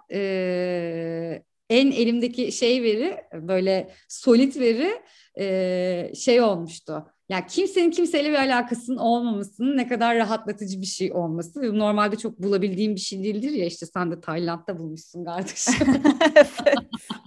e, en elimdeki şey veri, böyle solit veri, e, şey olmuştu. Yani kimsenin kimseyle bir alakasının olmamasının ne kadar rahatlatıcı bir şey olması. Ve normalde çok bulabildiğim bir şey değildir ya, işte sen de Tayland'da bulmuşsun kardeşim. Evet.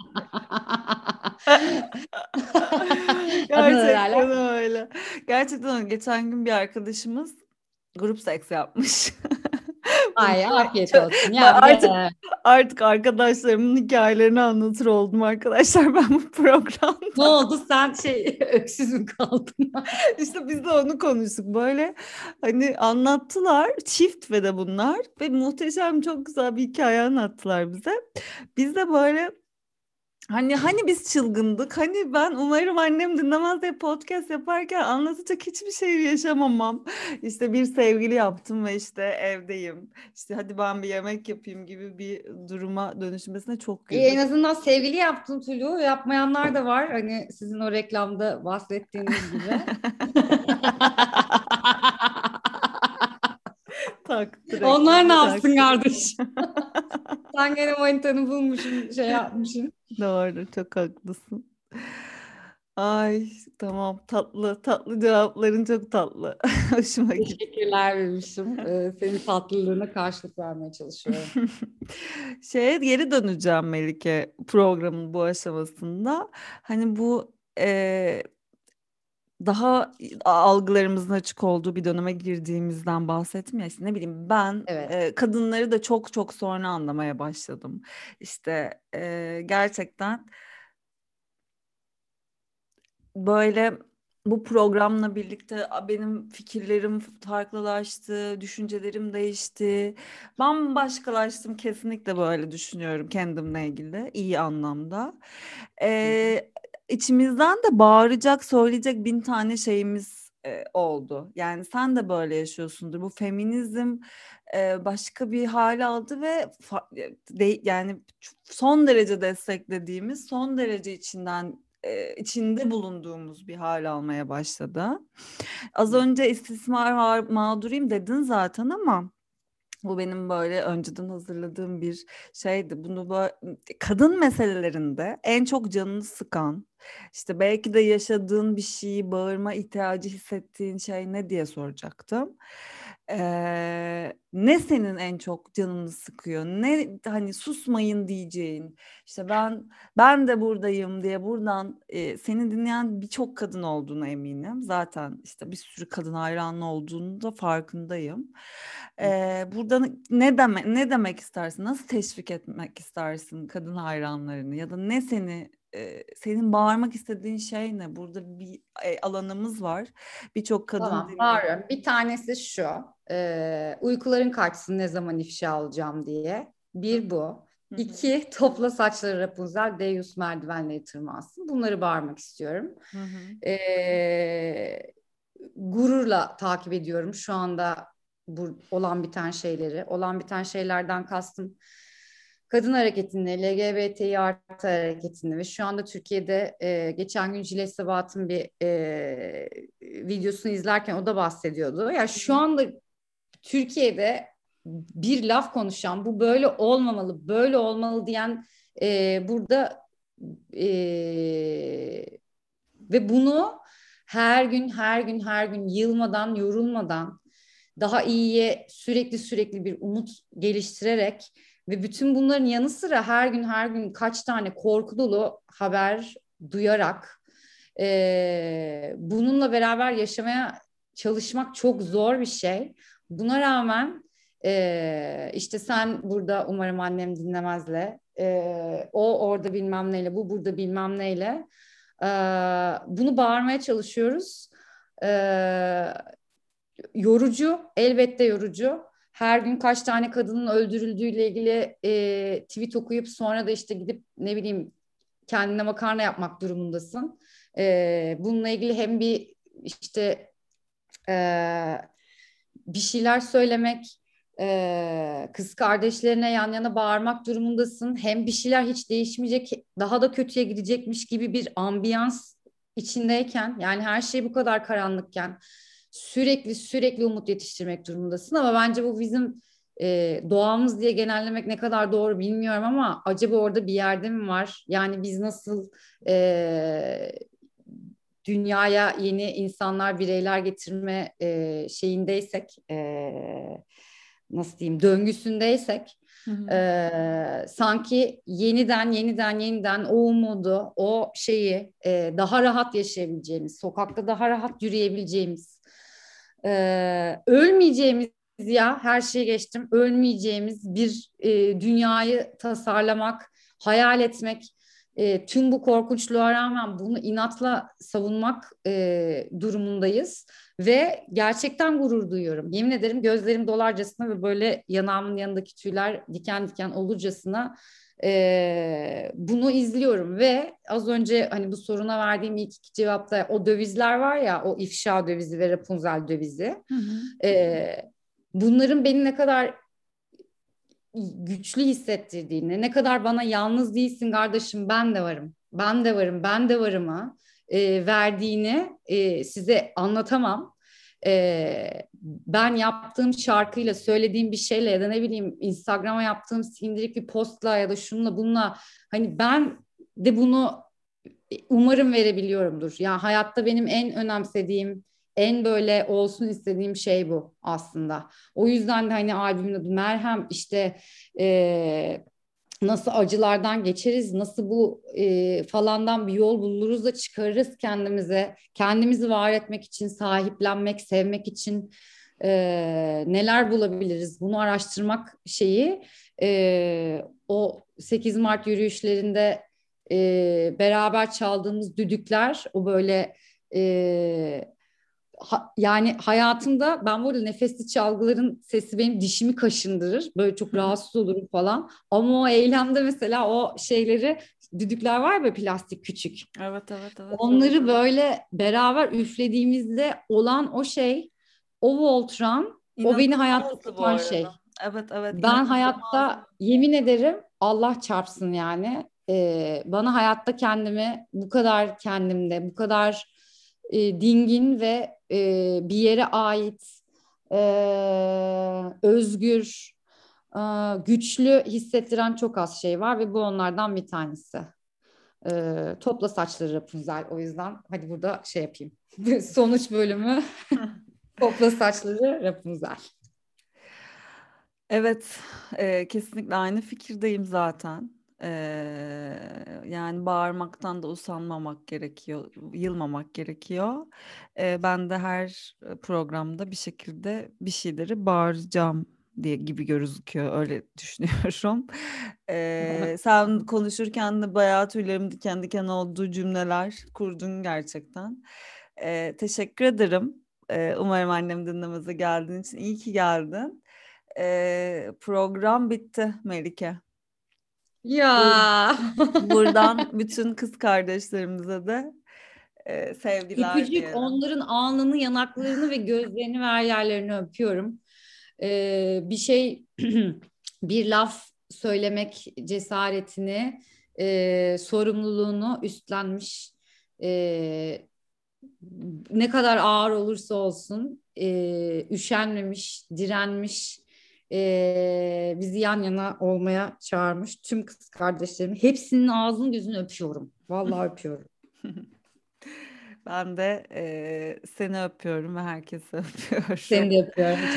Adına da derler. Gerçekten öyle. Gerçekten öyle. Geçen gün bir arkadaşımız grup seks yapmış. Ay afiyet Çok- olsun Ben ya. artık Ye. artık arkadaşlarımın hikayelerini anlatır oldum arkadaşlar ben bu Ne programda. oldu sen şey öksüz mü kaldın? İşte biz de onu konuştuk. Böyle hani anlattılar. Çift ve de bunlar. Ve muhteşem çok güzel bir hikaye anlattılar bize. Biz de böyle hani hani biz çılgındık. Hani ben umarım annem dinlemez diye podcast yaparken anlatacak hiçbir şey yaşamamam. İşte bir sevgili yaptım ve işte evdeyim. İşte hadi ben bir yemek yapayım gibi bir duruma dönüşmesine çok E, en güldük. azından sevgili yaptın Tulu. Yapmayanlar da var. Hani sizin o reklamda bahsettiğiniz gibi. Taktı Onlar ne reklamı yapsın taktı. kardeş? Sen gene manitanı bulmuşsun, şey yapmışsın. Doğru, çok haklısın. Ay tamam tatlı tatlı cevapların çok tatlı. Hoşuma gitti. Teşekkürler demişim. Ee, senin tatlılığına karşılık vermeye çalışıyorum. Şeye geri döneceğim Melike programın bu aşamasında. Hani bu e, daha algılarımızın açık olduğu bir döneme girdiğimizden bahsettim ya işte ne bileyim ben Evet. e, kadınları da çok çok sonra anlamaya başladım. İşte e, gerçekten böyle bu programla birlikte a, benim fikirlerim farklılaştı, düşüncelerim değişti. Bambaşkalaştım kesinlikle böyle düşünüyorum kendimle ilgili iyi anlamda. Hı hı. Ee, içimizden de bağıracak, söyleyecek bin tane şeyimiz e, oldu. Yani sen de böyle yaşıyorsundur. Bu feminizm e, başka bir hal aldı ve fa- de, yani son derece desteklediğimiz, son derece içinden e, içinde bulunduğumuz bir hal almaya başladı. Az önce istismar var, mağduruyum dedin zaten ama bu benim böyle önceden hazırladığım bir şeydi. Bunu böyle kadın meselelerinde en çok canını sıkan, işte belki de yaşadığın bir şeyi bağırma ihtiyacı hissettiğin şey ne diye soracaktım. Ee, ne senin en çok canını sıkıyor? Ne hani susmayın diyeceğin? İşte ben ben de buradayım diye buradan e, seni dinleyen birçok kadın olduğuna eminim. Zaten işte bir sürü kadın hayranı olduğunu da farkındayım. Hı. Ee, burada ne demek ne demek istersin? Nasıl teşvik etmek istersin kadın hayranlarını ya da ne seni e, senin bağırmak istediğin şey ne? Burada bir e, alanımız var. Birçok kadın Tamam, dinliyor. bağırıyorum. Bir tanesi şu. E, uykuların kaçsın ne zaman ifşa alacağım diye. Hı Bir bu. hı İki, topla saçları Rapunzel, Deus merdivenleri tırmansın. Bunları bağırmak istiyorum. hı hı E, gururla takip ediyorum şu anda bu olan biten şeyleri. Olan biten şeylerden kastım kadın hareketini, L G B T İ artı hareketini ve şu anda Türkiye'de e, geçen gün Jilet Sabahat'ın bir e, videosunu izlerken o da bahsediyordu. Ya hı şu anda Türkiye'de bir laf konuşan, bu böyle olmamalı, böyle olmalı diyen e, burada e, ve bunu her gün, her gün, her gün yılmadan, yorulmadan daha iyiye sürekli sürekli bir umut geliştirerek ve bütün bunların yanı sıra her gün her gün kaç tane korku dolu haber duyarak e, bununla beraber yaşamaya çalışmak çok zor bir şey. Buna rağmen e, işte sen burada umarım annem dinlemezle e, o orada bilmem neyle bu burada bilmem neyle e, bunu bağırmaya çalışıyoruz. E, yorucu, elbette yorucu. Her gün kaç tane kadının öldürüldüğüyle ilgili e, tweet okuyup sonra da işte gidip ne bileyim kendine makarna yapmak durumundasın. E, bununla ilgili hem bir işte e, bir şeyler söylemek, e, kız kardeşlerine yan yana bağırmak durumundasın. Hem bir şeyler hiç değişmeyecek, daha da kötüye gidecekmiş gibi bir ambiyans içindeyken, yani her şey bu kadar karanlıkken sürekli sürekli umut yetiştirmek durumundasın. Ama bence bu bizim e, doğamız diye genellemek ne kadar doğru bilmiyorum ama acaba orada bir yerde mi var? Yani biz nasıl e, dünyaya yeni insanlar, bireyler getirme e, şeyindeysek, e, nasıl diyeyim, döngüsündeysek, hı hı. e, sanki yeniden, yeniden, yeniden o umudu, o şeyi e, daha rahat yaşayabileceğimiz, sokakta daha rahat yürüyebileceğimiz, e, ölmeyeceğimiz ya her şeyi geçtim. Ölmeyeceğimiz bir e, dünyayı tasarlamak, hayal etmek, e, tüm bu korkunçluğa rağmen bunu inatla savunmak e, durumundayız. Ve gerçekten gurur duyuyorum. Yemin ederim gözlerim dolarcasına ve böyle yanağımın yanındaki tüyler diken diken olurcasına e, bunu izliyorum. Ve az önce hani bu soruna verdiğim ilk iki cevapta o dövizler var ya, o ifşa dövizi ve Rapunzel dövizi. Hı hı. E, bunların beni ne kadar güçlü hissettirdiğini, ne kadar bana yalnız değilsin kardeşim, ben de varım, ben de varım, ben de varımı e, verdiğini e, size anlatamam. E, ben yaptığım şarkıyla, söylediğim bir şeyle ya da ne bileyim Instagram'a yaptığım sindirik bir postla ya da şunla bununla, hani ben de bunu umarım verebiliyorumdur. Ya hayatta benim en önemsediğim, en böyle olsun istediğim şey bu aslında. O yüzden de hani albümün adı Merhem, işte e, nasıl acılardan geçeriz, nasıl bu e, falandan bir yol buluruz da çıkarırız kendimize, kendimizi var etmek için, sahiplenmek, sevmek için e, neler bulabiliriz? Bunu araştırmak şeyi e, o sekiz Mart yürüyüşlerinde e, beraber çaldığımız düdükler, o böyle e, ha- yani hayatımda ben bu arada nefesli çalgıların sesi benim dişimi kaşındırır. Böyle çok Hı hı. rahatsız olurum falan. Ama o eylemde mesela o şeyleri, düdükler var ya plastik küçük. Evet, evet, evet. Onları böyle beraber üflediğimizde olan o şey, o Voltran, o beni hayatta İnanılmazdı bu tutan şey. arada. Evet, evet, Ben hayatta inanılmazdı. yemin ederim, Allah çarpsın yani, e, bana hayatta kendimi bu kadar kendimde, bu kadar e, dingin ve e, bir yere ait, e, özgür, e, güçlü hissettiren çok az şey var ve bu onlardan bir tanesi. E, topla saçları Rapunzel. O yüzden hadi burada şey yapayım. Sonuç bölümü topla saçları Rapunzel. Evet, e, kesinlikle aynı fikirdeyim zaten. E, Yani bağırmaktan da usanmamak gerekiyor, yılmamak gerekiyor. E, ben de her programda bir şekilde bir şeyleri bağıracağım diye gibi gözüküyor, öyle düşünüyorum. E, sen konuşurken de bayağı tüylerim diken diken olduğu cümleler kurdun gerçekten. E, teşekkür ederim. E, umarım annem dinlemeze geldiğin için. İyi ki geldin. Ee, program bitti Melike. Bur- Ya. Buradan bütün kız kardeşlerimize de e, sevgiler Öpücük, diyelim. onların alnını, yanaklarını ve gözlerini ve her yerlerini öpüyorum. Ee, bir şey, bir laf söylemek cesaretini, e, sorumluluğunu üstlenmiş. E, ne kadar ağır olursa olsun e, üşenmemiş, direnmiş, e, bizi yan yana olmaya çağırmış tüm kız kardeşlerimi. Hepsinin ağzını gözünü öpüyorum. Vallahi öpüyorum. Ben de e, seni öpüyorum ve herkesi öpüyorum. Seni de öpüyorum.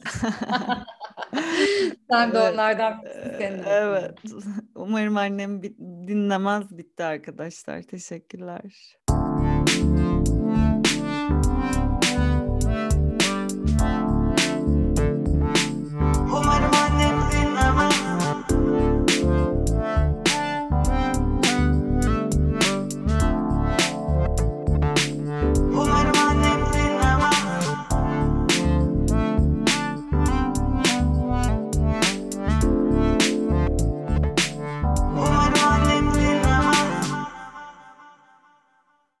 Sen de Evet. onlardan e, birisin. Seni de Evet. öpüyorum. Umarım annem bi- dinlemez bitti arkadaşlar. Teşekkürler.